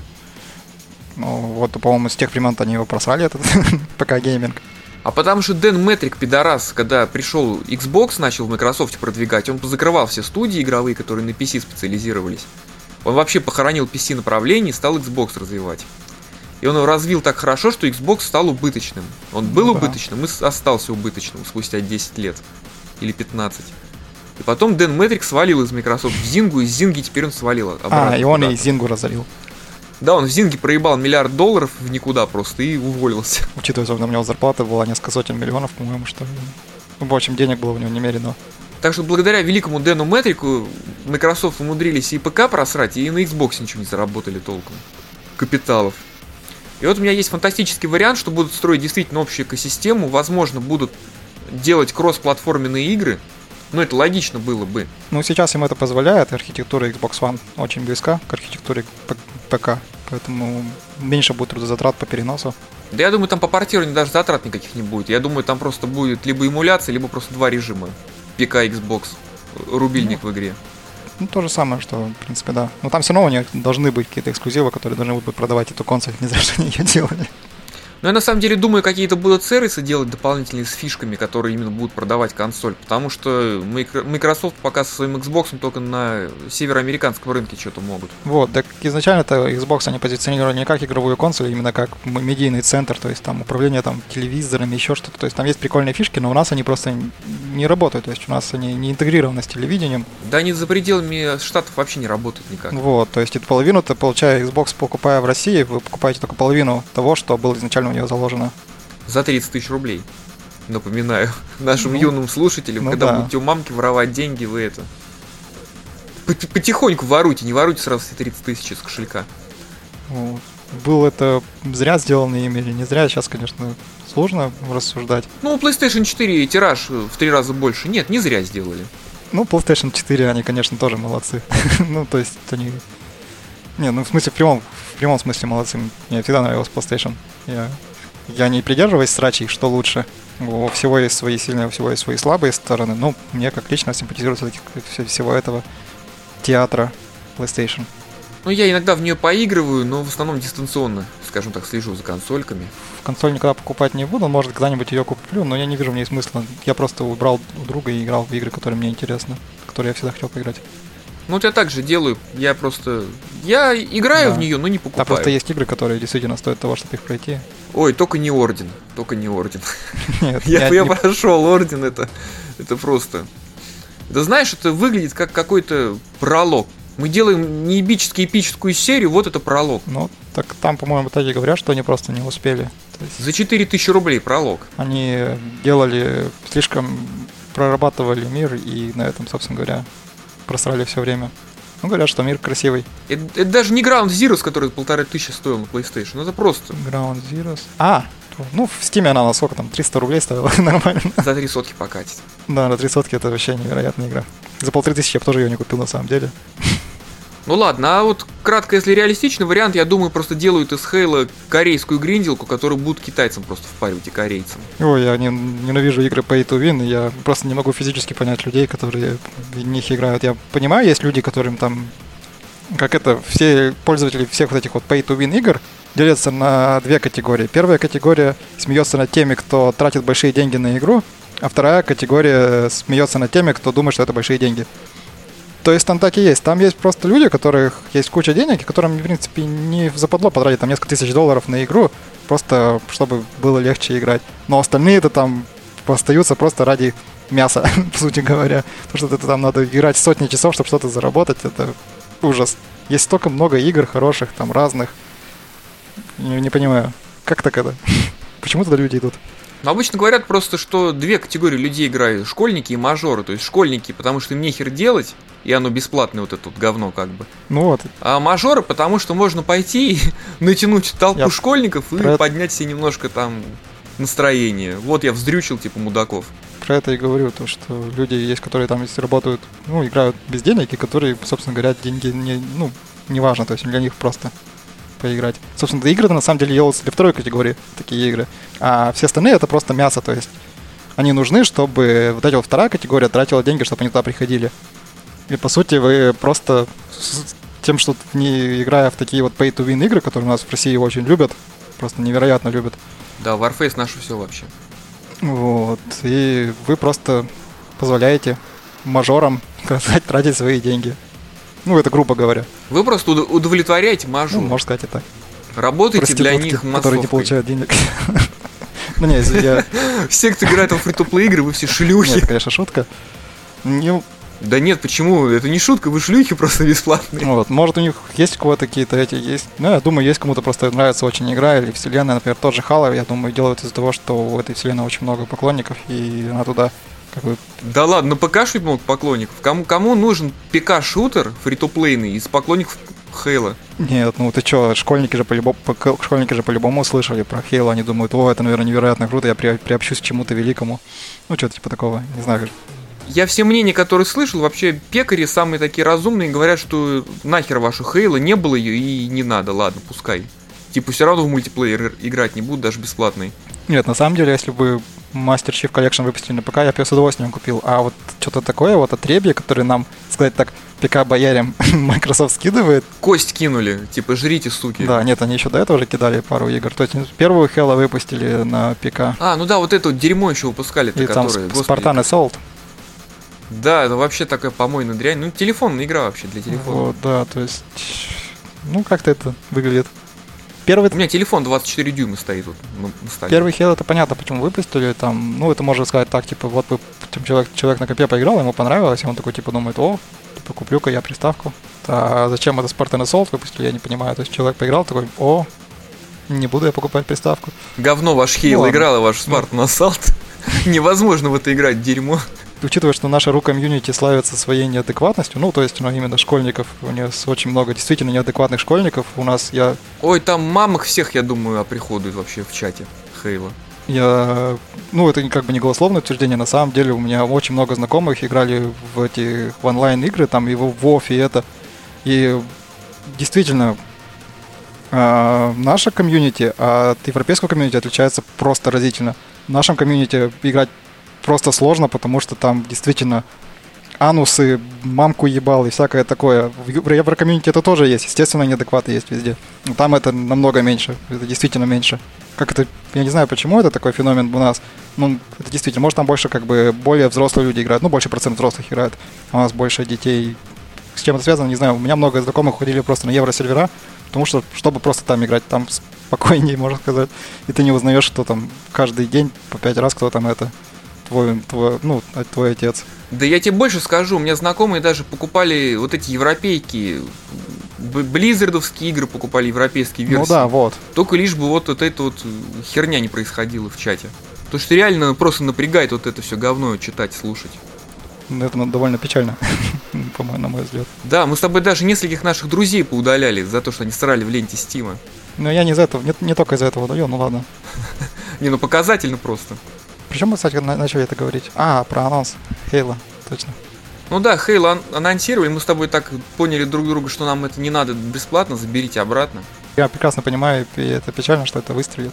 Ну, вот, по-моему, с тех времен они его просрали, этот ПК-гейминг. А потому что Дэн Метрик, пидорас, когда пришел Xbox, начал в Microsoft продвигать, он позакрывал все студии игровые, которые на пи си специализировались. Он вообще похоронил пи си направление и стал Xbox развивать. И он его развил так хорошо, что Xbox стал убыточным. Он был ну, убыточным да. и остался убыточным спустя десять лет. Или пятнадцать. И потом Дэн Метрик свалил из Microsoft в Зингу, и из Зинги теперь он свалил обратно. А, и он и Зингу разорил. Да, он в Зинге проебал миллиард долларов в никуда просто и уволился. Учитывая, что у него зарплата была несколько сотен миллионов, по-моему, что... Ну, в общем, денег было у него немерено. Так что благодаря великому Дэну Метрику Microsoft умудрились и ПК просрать, и на Xbox ничего не заработали толком. Капиталов. И вот у меня есть фантастический вариант, что будут строить действительно общую экосистему, возможно, будут делать кросс-платформенные игры. Ну, это логично было бы. Ну, сейчас им это позволяет. Архитектура Xbox One очень близка к архитектуре ПК. Поэтому меньше будет трудозатрат по переносу. Да я думаю, там по портированию даже затрат никаких не будет. Я думаю, там просто будет либо эмуляция, либо просто два режима. пи си, Xbox, рубильник ну, в игре. Ну, то же самое, что, в принципе, да. Но там все равно у них должны быть какие-то эксклюзивы, которые должны будут продавать эту консоль. Не знаю, что они ее делали. Но я на самом деле думаю, какие-то будут сервисы делать дополнительные с фишками, которые именно будут продавать консоль. Потому что Microsoft пока со своим Xbox только на североамериканском рынке что-то могут. Вот, так изначально-то Xbox они позиционировали не как игровую консоль, а именно как медийный центр, то есть там управление там телевизорами, еще что-то. То есть там есть прикольные фишки, но у нас они просто не работают, то есть у нас они не интегрированы с телевидением. Да они за пределами штатов вообще не работают никак. Вот, то есть это половину-то, получая Xbox, покупая в России, вы покупаете только половину того, что было изначально у нее заложено. За тридцать тысяч рублей. Напоминаю нашим ну, юным слушателям, ну когда да. будете у мамки воровать деньги, вы это... Потихоньку воруйте, не воруйте сразу все тридцать тысяч из кошелька. Вот. Был это зря сделано ими или не зря, сейчас, конечно, сложно рассуждать. Ну, у PlayStation четыре тираж в три раза больше. Нет, не зря сделали. Ну, PlayStation четыре, они, конечно, тоже молодцы. Ну, то есть, они... Не, ну, в смысле, в прямом, в прямом смысле молодцы. Мне всегда нравилось PlayStation. Я, я не придерживаюсь срачей, что лучше. У всего есть свои сильные, у всего есть свои слабые стороны. Но мне, как лично, симпатизируется всего этого театра PlayStation. Ну, я иногда в нее поигрываю, но в основном дистанционно, скажем так, слежу за консольками. В консоль никогда покупать не буду, может, когда-нибудь ее куплю, но я не вижу в ней смысла. Я просто убрал у друга и играл в игры, которые мне интересны, в которые я всегда хотел поиграть. Ну, вот я так же делаю, я просто... Я играю Да. в нее, но не покупаю. Да, просто есть игры, которые действительно стоят того, чтобы их пройти. Ой, только не Орден, только не Орден. Нет, Я, я я не- прошел Орден, это, это просто... Да знаешь, это выглядит как какой-то пролог. Мы делаем не эпически эпическую серию, вот это пролог. Ну, так там, по-моему, в итоге говорят, что они просто не успели. То есть За четыре тысячи рублей пролог. они делали, слишком прорабатывали мир и на этом, собственно говоря, просрали все время. Ну, говорят, что мир красивый. Это, это даже не Ground Zeroes, который полторы тысячи стоил на PlayStation. Это просто Ground Zeroes. А, ну, в Steam она на сколько там, триста рублей стоила, нормально. за три сотки покатит. Да, на три сотки это вообще невероятная игра. За полторы тысячи я бы тоже ее не купил на самом деле. Ну ладно, а вот кратко, если реалистичный вариант, я думаю, просто делают из Хейла корейскую гринделку, которую будут китайцам просто впаривать и корейцам. Ой, я не- ненавижу игры pay to win, и я просто не могу физически понять людей, которые в них играют. Я понимаю, есть люди, которым там, как это, все пользователи всех вот этих вот pay to win игр делятся на две категории. Первая категория смеется над теми, кто тратит большие деньги на игру, а вторая категория смеется над теми, кто думает, что это большие деньги. То есть там так и есть. Там есть просто люди, у которых есть куча денег, и которым, в принципе, не западло потратить там несколько тысяч долларов на игру, просто чтобы было легче играть. Но остальные-то там остаются просто ради мяса, по сути говоря. Потому что это там надо играть сотни часов, чтобы что-то заработать. Это ужас. Есть столько много игр хороших, там разных. Не, не понимаю, как так это? Почему туда люди идут? Но обычно говорят просто, что две категории людей играют. Школьники и мажоры. То есть школьники, потому что им нехер делать, и оно бесплатное, вот это вот говно как бы. Ну вот, А мажоры, потому что можно пойти и натянуть толпу Я школьников и про это- поднять себе немножко там настроение. Вот я вздрючил типа мудаков. про это и говорю, то, что люди есть, которые там если работают, ну, играют без денег, и которые, собственно говоря, деньги не, ну, не важно, то есть для них просто поиграть. Собственно, игры-то на самом деле делаются для второй категории, такие игры. А все остальные это просто мясо, то есть они нужны, чтобы вот эта вот вторая категория тратила деньги, чтобы они туда приходили. И по сути вы просто с тем, что не играя в такие вот pay-to-win игры, которые у нас в России очень любят, просто невероятно любят, Да, Warface наше все вообще. вот, и вы просто позволяете мажорам тратить свои деньги. Ну, это грубо говоря. Вы просто уд- удовлетворяете мажор. Ну, можно сказать и так. Работаете для Проститутки, них которые не массовкой. получают денег. Ну, не, если я... Все, кто играет в фри-то-плей игры, вы все шлюхи. Нет, конечно, шутка. Ну, Да нет, почему? Это не шутка, вы шлюхи просто бесплатные. вот, может, у них есть у кого-то какие-то эти, есть... Ну, я думаю, есть кому-то просто нравится очень игра, или вселенная, например, тот же Halo, я думаю, делают из-за того, что у этой вселенной очень много поклонников, и она туда, как бы... Да ладно, на ПК шутить много поклонников. Кому, кому нужен ПК-шутер фри-то-плейный из поклонников Хейла? Нет, ну ты чё, школьники же по-любому, по- школьники же по-любому слышали про Halo, они думают, о, это, наверное, невероятно круто, я при- приобщусь к чему-то великому. Ну, что-то типа такого, не знаю. Я все мнения, которые слышал, вообще пекари самые такие разумные говорят, что нахер вашу Хейла, не было ее и не надо, ладно, пускай. Типа все равно в мультиплеер играть не будут, даже бесплатный. Нет, на самом деле, если бы Master Chief Collection выпустили на ПК, я бы её с удовольствием купил. А вот что-то такое, вот отребье, которое нам, сказать так, ПК-боярям Microsoft скидывает. Кость кинули, типа жрите, суки. Да, нет, они еще до этого уже кидали пару игр. То есть первую Halo выпустили на ПК. А, ну да, вот это вот дерьмо еще выпускали-то, И там которое, господи. Spartan Assault. Да, это вообще такая помойная дрянь. Ну, телефонная игра вообще для телефона. Вот, да, то есть... Ну, как-то это выглядит. Первый... У меня телефон двадцать четыре дюйма стоит вот на столе. Первый Halo, это понятно, почему выпустили. Там, ну, это можно сказать так, типа, вот бы человек, человек на компе поиграл, ему понравилось, и он такой, типа, думает, о, типа, куплю-ка я приставку. А зачем это Spartan Assault выпустили, я не понимаю. То есть человек поиграл, такой, о, не буду я покупать приставку. Говно ваш Halo ну, играл, и ваш Spartan Assault. Невозможно в это играть, дерьмо. Учитывая, что наша ру-комьюнити славится своей неадекватностью, ну, то есть, ну, именно школьников, у нас очень много действительно неадекватных школьников, у нас я... Ой, там мамок всех, я думаю, оприходуют вообще в чате Хейла. Я... Ну, это как бы не голословное утверждение, на самом деле у меня очень много знакомых играли в эти в онлайн-игры, там, и в WoW, и это, и действительно... Наша комьюнити от европейского комьюнити отличается просто разительно. В нашем комьюнити играть просто сложно, потому что там действительно анусы, мамку ебал и всякое такое. В еврокомьюнити это тоже есть, естественно, неадекваты есть везде. Но там это намного меньше, это действительно меньше. Как это, я не знаю, почему это такой феномен у нас. Ну, это действительно, может, там больше как бы более взрослые люди играют, ну, больше процент взрослых играют, а у нас больше детей. С чем это связано, не знаю. У меня много знакомых уходили просто на евросервера, потому что, чтобы просто там играть, там спокойнее, можно сказать. И ты не узнаешь, что там каждый день по пять раз кто там это, твой, твой, ну, твой отец. Да я тебе больше скажу, у меня знакомые даже покупали вот эти европейки, близзардовские игры покупали, европейские версии. Ну да, вот. Только лишь бы вот, вот эта вот херня не происходила в чате. Потому что реально просто напрягает вот это все говно читать, слушать. Это довольно печально, по-моему, на мой взгляд. Да, мы с тобой даже нескольких наших друзей поудаляли за то, что они срали в ленте Стима. Ну, я не из-за этого, не, не только из-за этого удалил, ну ладно. Не, ну показательно просто. Причем мы, кстати, начали это говорить? А, про анонс Хейла, точно. Ну да, Хейла анонсировали, мы с тобой так поняли друг друга, что нам это не надо бесплатно, заберите обратно. Я прекрасно понимаю, и это печально, что это выстрелит.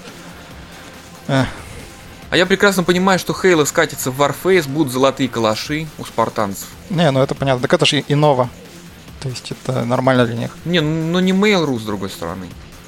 Эх. А я прекрасно понимаю, что Хейла скатится в Warface, будут золотые калаши у спартанцев. Не, ну это понятно. Так это же и Nova. То есть это нормально для них. Не, ну не Mail.ru с другой стороны.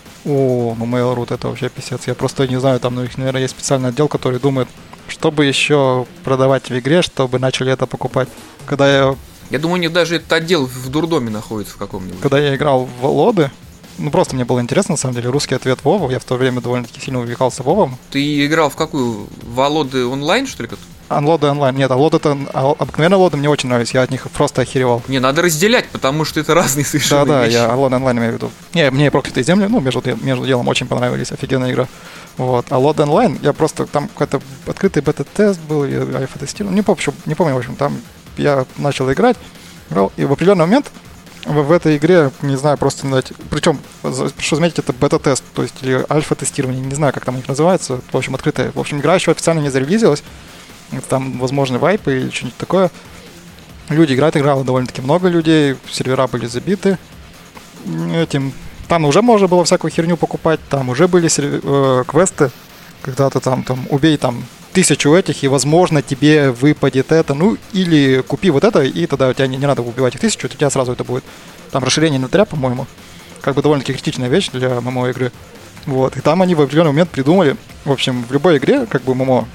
О, ну Mail.ru это вообще писец. Я просто не знаю, там, ну, их, наверное, есть специальный отдел, который думает, чтобы еще продавать в игре, чтобы начали это покупать. Когда я... Я думаю, у них даже этот отдел в дурдоме находится в каком-нибудь. Когда я играл в Лоды, ну просто мне было интересно, на самом деле, русский ответ Вова. Я в то время довольно-таки сильно увлекался Вовом. Ты играл в какую? В Алоды онлайн, что ли? Анлоды онлайн. Нет, Алоды это... Обыкновенные Алоды мне очень нравились, я от них просто охеревал. Не, надо разделять, потому что это разные совершенно Да-да, вещи. я Алоды онлайн имею в виду. Не, мне Проклятые земли, ну, между, между делом очень понравились, офигенная игра. Вот. А Алоды онлайн, я просто... Там какой-то открытый бета-тест был, я альфа-тестировал. Не помню, не помню, в общем, там я начал играть, играл, и в определенный момент... В, в этой игре, не знаю, просто... Причем, прошу заметить, это бета-тест, то есть или альфа-тестирование, не знаю, как там у них называется, в общем, открытое. В общем, игра еще официально не зарелизилась, там возможны вайпы или что-нибудь такое. Люди играют, играло довольно-таки много людей, сервера были забиты этим. Там уже можно было всякую херню покупать, там уже были сервер, э, квесты, когда-то там, там, убей там тысячу этих, и, возможно, тебе выпадет это, ну, или купи вот это, и тогда у тебя не, не надо убивать их тысячу, у тебя сразу это будет, там, расширение инвентаря, по-моему, как бы довольно-таки критичная вещь для эм эм о-игры, вот, и там они в определенный момент придумали, в общем, в любой игре, как бы, эм эм о,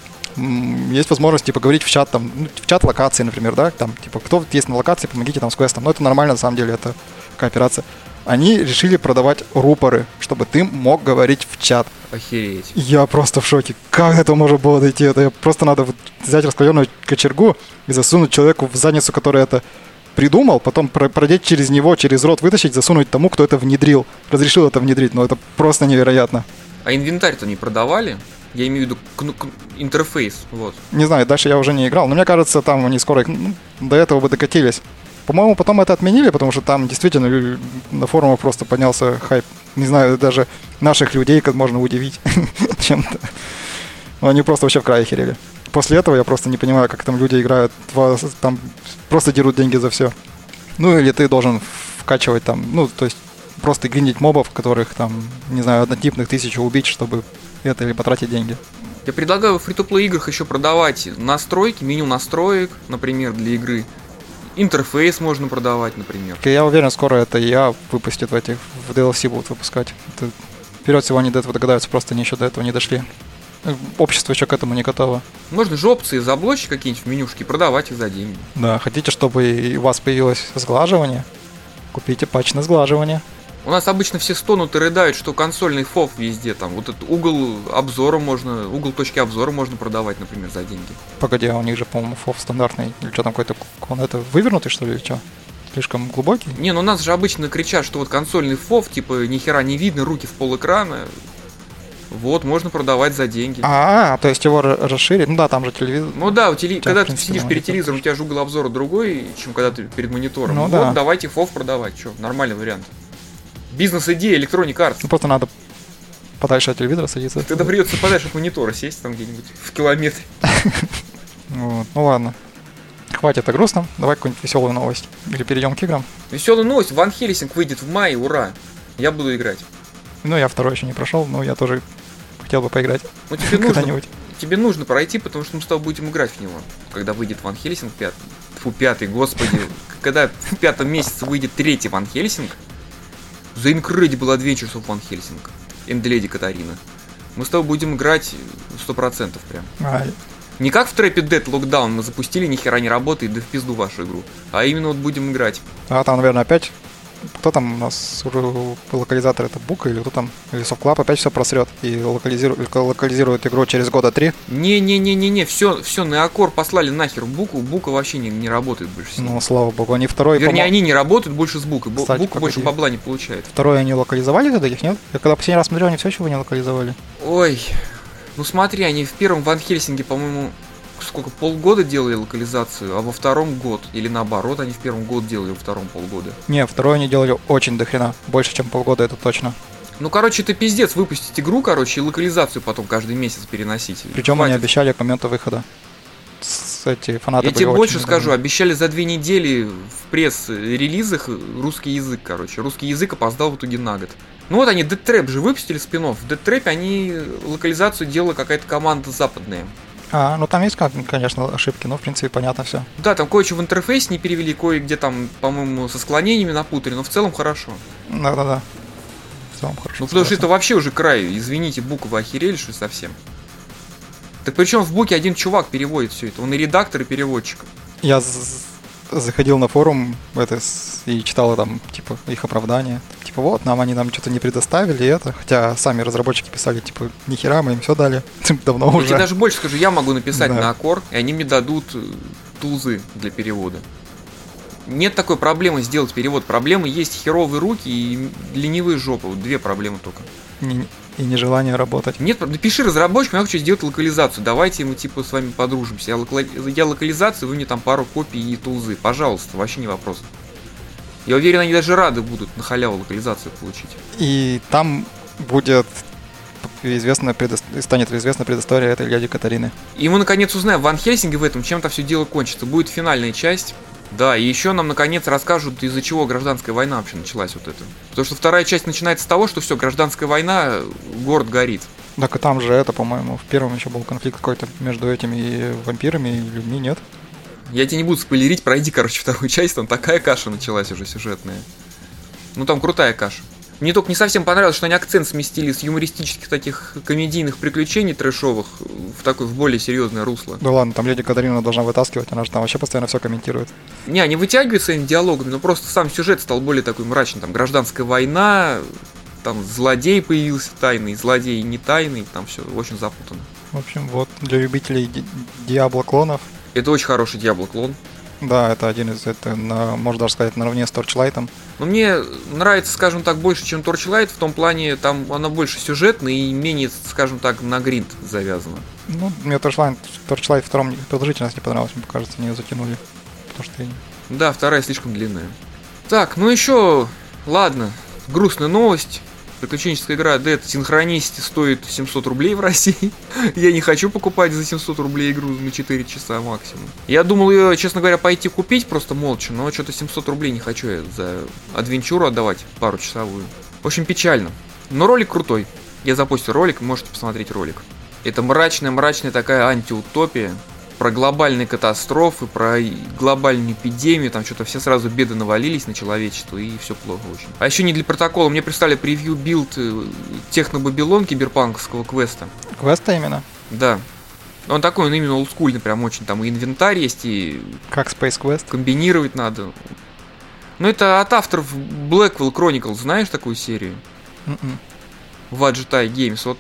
есть возможность, типа, говорить в чат, там, ну, в чат локации, например, да, там, типа, кто есть на локации, помогите там с квестом, но это нормально, на самом деле, это кооперация. Они решили продавать рупоры, чтобы ты мог говорить в чат. Охереть. Я просто в шоке. Как это можно было дойти? Это просто надо вот взять раскаленную кочергу и засунуть человеку в задницу, который это придумал, потом продеть через него, через рот вытащить, засунуть тому, кто это внедрил. Разрешил это внедрить, но это просто невероятно. А инвентарь-то не продавали? Я имею в виду к- к- интерфейс, вот. Не знаю, дальше я уже не играл, но мне кажется, там они скоро ну, до этого бы докатились. По-моему, потом это отменили, потому что там действительно на форумах просто поднялся хайп. Не знаю, даже наших людей как можно удивить чем-то. Но они просто вообще в край охерели. После этого я просто не понимаю, как там люди играют, там просто дерут деньги за все. Ну или ты должен вкачивать там, ну то есть просто гриндить мобов, которых там, не знаю, однотипных тысячу убить, чтобы это или потратить деньги. Я предлагаю в фри-то-плей играх еще продавать настройки, меню настроек, например, для игры. Интерфейс можно продавать, например. Я уверен, скоро это и а выпустит в этих, в ди эл си будут выпускать. Это, вперед всего они до этого догадаются, просто они еще до этого не дошли. Общество еще к этому не готово. Можно же опции заблочить какие-нибудь в менюшке и продавать их за деньги. Да, хотите, чтобы у вас появилось сглаживание? Купите патч на сглаживание. У нас обычно все стонут и рыдают, что консольный фоф везде, там, вот этот угол обзора можно, угол точки обзора можно продавать, например, за деньги. Погоди, а у них же, по-моему, фоф стандартный, или что там какой-то, он это вывернутый, что ли, или что? Слишком глубокий? Не, ну у нас же обычно кричат, что вот консольный фоф, типа, ни хера не видно, руки в пол экрана. Вот, можно продавать за деньги. А, то есть его расширить? Ну да, там же телевизор. Ну да, у теле... Тебя, когда в принципе, ты сидишь перед телевизором, у тебя же угол обзора другой, чем когда ты перед монитором. Ну вот, да. Давайте фоф продавать, что, нормальный вариант. Бизнес-идея, Electronic Arts. Ну просто надо подальше от телевизора садиться. Тогда придется подальше от монитора сесть там где-нибудь в километре. Вот. Ну ладно. Хватит о грустном. Давай какую-нибудь веселую новость. Или перейдем к играм. Веселая новость. Ван Хельсинг выйдет в мае, ура. Я буду играть. Ну, я второй еще не прошел, но я тоже хотел бы поиграть. Ну тебе нужно, когда-нибудь. тебе нужно пройти, потому что мы с тобой будем играть в него. Когда выйдет Ван Хельсинг пятый. Фу, пятый, господи. Когда в пятом месяце выйдет третий Ван Хельсинг, The Incredible Adventures of Van Helsing and Lady Катарина, мы с тобой будем играть сто процентов прям. А, Не как в Trapped Dead Lockdown мы запустили, ни хера не работает, да в пизду вашу игру. А именно вот будем играть. а там, наверное, опять... Кто там у нас локализатор? Это Бука или кто там? Или Soft Club опять все просрет и локализирует, локализирует игру через года три? Не-не-не-не-не, все, все, на Аккор послали нахер Буку, Бука вообще не, не работает больше с ним. Ну, слава богу, они второй... Вернее, помо- они не работают больше с Букой, Бу- Кстати, Бука больше погоди. бабла не получает. Второй они локализовали тогда их, нет? Я когда последний раз смотрел, они все еще его не локализовали. Ой, ну смотри, они в первом Ван Хельсинге, по-моему, сколько, полгода делали локализацию, а во втором год. Или наоборот, они в первом год делали, во втором полгода. Не, второй они делали очень дохрена. Больше, чем полгода, это точно. Ну, короче, это пиздец, выпустить игру, короче, и локализацию потом каждый месяц переносить. Причем Хватит. они обещали к моменту выхода. С, эти фанаты Я были тебе очень больше недовольны. скажу, обещали за две недели в пресс-релизах русский язык, короче. Русский язык опоздал в итоге на год. Ну вот они Dead Trap же выпустили спин-офф. В Dead Trap они локализацию делала какая-то команда западная. А, ну там есть, как, конечно, ошибки, но в принципе понятно все. Да, там кое-что в интерфейсе не перевели, кое-где там, по-моему, со склонениями напутали, но в целом хорошо. Да-да-да. В целом хорошо. Ну потому что согласен. это вообще уже край, извините, Бука, вы охерели, что ли, совсем? Так причем в Буке один чувак переводит все это, он и редактор, и переводчик. Я з- заходил на форум это, с- и читал там, типа, их оправдания. Типа, вот, нам они нам что-то не предоставили это. Хотя сами разработчики писали, типа, нихера, мы им все дали. Давно Я уже. тебе даже больше скажу, я могу написать Да. на Аккор, и они мне дадут э, тулзы для перевода. Нет такой проблемы сделать перевод. Проблемы есть херовые руки и ленивые жопы. Вот две проблемы только. Не- и нежелание работать. Нет, напиши разработчику, я хочу сделать локализацию. Давайте мы типа с вами подружимся. Я, локали... я локализацию, вы мне там пару копий и тулзы. Пожалуйста, вообще не вопрос. Я уверен, они даже рады будут на халяву локализацию получить. И там будет известна предо... станет известна предыстория этой леди Катарины. И мы наконец узнаем в Ван Хельсинге в этом, чем это все дело кончится. Будет финальная часть. Да, и еще нам наконец расскажут, из-за чего гражданская война вообще началась вот это. Потому что вторая часть начинается с того, что все, гражданская война, город горит. Так и там же это, по-моему, в первом еще был конфликт какой-то между этими и вампирами и людьми, нет? Я тебе не буду спойлерить, пройди, короче, вторую часть, там такая каша началась уже сюжетная. Ну там крутая каша. Мне только не совсем понравилось, что они акцент сместили с юмористических таких комедийных приключений трэшовых в такое, в более серьезное русло. Да ладно, там леди Катарина должна вытаскивать, она же там вообще постоянно все комментирует. Не, они вытягивают своими диалогами, но просто сам сюжет стал более такой мрачный. Там гражданская война, там злодей появился тайный, злодей не тайный, там все очень запутано. В общем, вот, для любителей ди- Диабло-клонов, Это очень хороший Диабло-клон. да, это один из, это, на, можно даже сказать, наравне с Торчлайтом. Но мне нравится, скажем так, больше, чем Torchlight, в том плане, там она больше сюжетная и менее, скажем так, на гринд завязана. Ну, мне Торчлайт, Торчлайт втором продолжительность не понравилась, мне кажется, они ее затянули. Потому что я не- Да, вторая слишком длинная. Так, ну еще, ладно, грустная новость. Приключенческая игра Dead Synchronicity стоит семьсот рублей в России. Я не хочу покупать за семьсот рублей игру на четыре часа максимум. Я думал ее, честно говоря, пойти купить просто молча, но что-то семьсот рублей не хочу я за адвенчуру отдавать пару часовую. В общем, печально. Но ролик крутой. Я запустил ролик, можете посмотреть ролик. Это мрачная-мрачная такая антиутопия. Про глобальные катастрофы, про глобальную эпидемию, там что-то все сразу беды навалились на человечество, и все плохо очень. А еще не для протокола, мне прислали превью билд техно-бабилон киберпанковского квеста. Квеста именно? Да. Он такой, он именно олдскульный, прям очень, там и инвентарь есть, и Как Space Quest? комбинировать надо. Ну, это от авторов Blackwell Chronicles, знаешь такую серию? Mm-mm. Vajtai Games, вот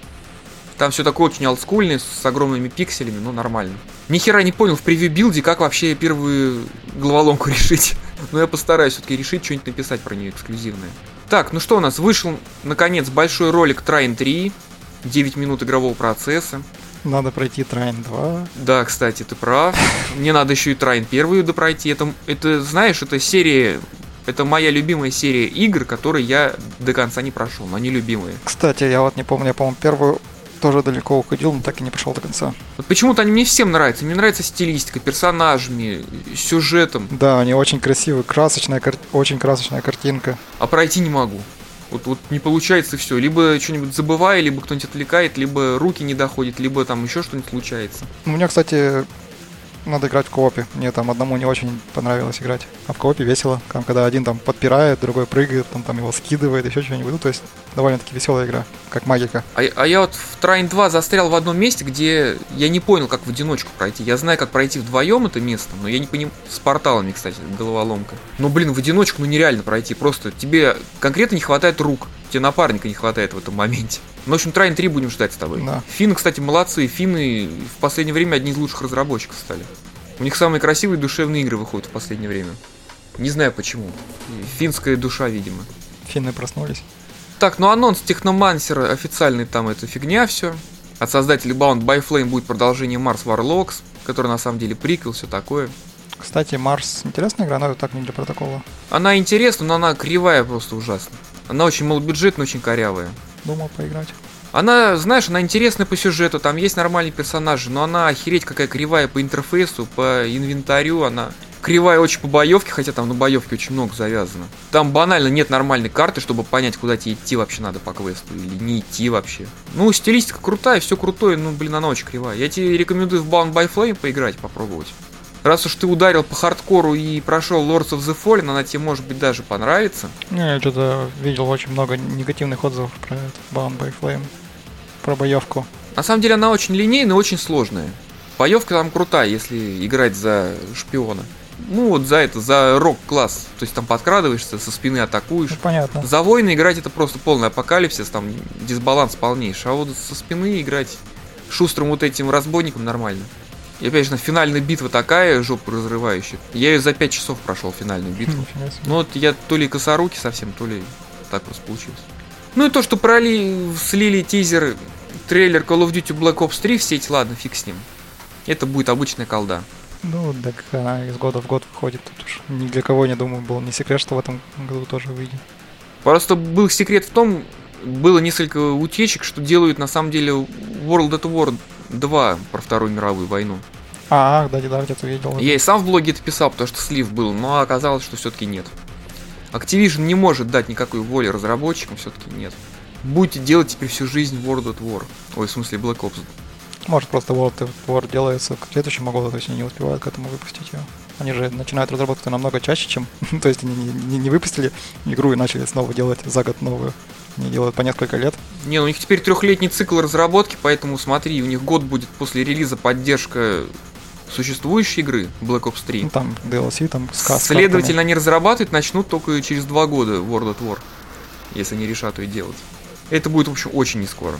там все такое очень олдскульное, с огромными пикселями, но нормально. Ни хера не понял в превью-билде, как вообще первую головоломку решить. Но я постараюсь все-таки решить, что-нибудь написать про нее эксклюзивное. Так, ну что у нас, вышел, наконец, большой ролик Trine три, девять минут игрового процесса. Надо пройти Trine два. Да, кстати, ты прав. Мне надо еще и Trine первую допройти. Это, это, знаешь, это серия... Это моя любимая серия игр, которые я до конца не прошел, но они любимые. Кстати, я вот не помню, я, по-моему, первую тоже далеко уходил, но так и не прошел до конца. Вот почему-то они мне всем нравятся. Мне нравится стилистика, персонажами, сюжетом. Да, они очень красивые, красочная, кар... очень красочная картинка. А пройти не могу. Вот, вот не получается все. Либо что-нибудь забываю, либо кто-нибудь отвлекает, либо руки не доходят, либо там еще что-нибудь случается. У меня, кстати, надо играть в коопе. Мне там одному не очень понравилось играть. А в коопе весело. Там, когда один там подпирает, другой прыгает, там, там его скидывает, еще что-нибудь. Ну, то есть довольно-таки веселая игра, как магика. А, а я вот в Trine два застрял в одном месте, где я не понял, как в одиночку пройти. Я знаю, как пройти вдвоем это место, но я не понимаю. С порталами, кстати, головоломка. Но, блин, в одиночку ну нереально пройти. Просто тебе конкретно не хватает рук. Тебе напарника не хватает в этом моменте. Ну, в общем, Trine три будем ждать с тобой. Да. Финны, кстати, молодцы. Финны в последнее время одни из лучших разработчиков стали. У них самые красивые душевные игры выходят в последнее время. Не знаю почему. Финская душа, видимо. Финны проснулись. Так, ну анонс Техномансера официальный, там это фигня все. От создателей Bound by Flame будет продолжение Mars Warlocks, который на самом деле приквел, все такое. Кстати, Марс интересная игра, но это так не для протокола. Она интересна, но она кривая просто ужасно. Она очень малобюджетная, очень корявая. Думал поиграть. Она, знаешь, она интересная по сюжету, там есть нормальные персонажи, но она охереть какая кривая по интерфейсу, по инвентарю, она кривая очень по боевке, хотя там на боевке очень много завязано. Там банально нет нормальной карты, чтобы понять, куда тебе идти вообще надо по квесту, или не идти вообще. Ну, стилистика крутая, все крутое, но, блин, она очень кривая. Я тебе рекомендую в Bound by Flame поиграть, попробовать. Раз уж ты ударил по хардкору и прошел Lords of the Fallen, она тебе, может быть, даже понравится. Не, я что-то видел очень много негативных отзывов про это, Bound by Flame, про боевку. На самом деле она очень линейная и очень сложная. Боевка там крутая, если играть за шпиона. Ну вот за это, за рок-класс. То есть там подкрадываешься, со спины атакуешь. Ну, понятно. За воина играть это просто полный апокалипсис, там дисбаланс полнейший. А вот со спины играть шустрым вот этим разбойником нормально. И опять же, финальная битва такая, жопу разрывающая. Я ее за пять часов прошел, финальную битву. Ну вот я то ли косорукий совсем, то ли так просто получилось. Ну и то, что проли, слили тизер, трейлер Call of Duty Black Ops три в сеть, ладно, фиг с ним. Это будет обычная колда. Ну, так она из года в год выходит. Тут уж ни для кого, не думаю, был не секрет, что в этом году тоже выйдет. Просто был секрет в том, было несколько утечек, что делают на самом деле World at War два про Вторую мировую войну. А, да, да, где-то видел. Я и сам в блоге это писал, потому что слив был, но оказалось, что все-таки нет. Activision не может дать никакой воли разработчикам, все-таки нет. Будете делать теперь всю жизнь World at War. Ой, в смысле Black Ops. Может, просто World at War делается к следующему году, то есть они не успевают к этому выпустить ее. Они же начинают разработку намного чаще, чем... то есть они не, не, не выпустили игру и начали снова делать за год новую. Они делают по несколько лет. Не, у них теперь трехлетний цикл разработки, поэтому смотри, у них год будет после релиза поддержка существующей игры Black Ops три. Ну, там ди эл си, там сказ. Следовательно, они разрабатывать начнут только через два года World at War, если они решат ее делать. Это будет, в общем, очень не скоро.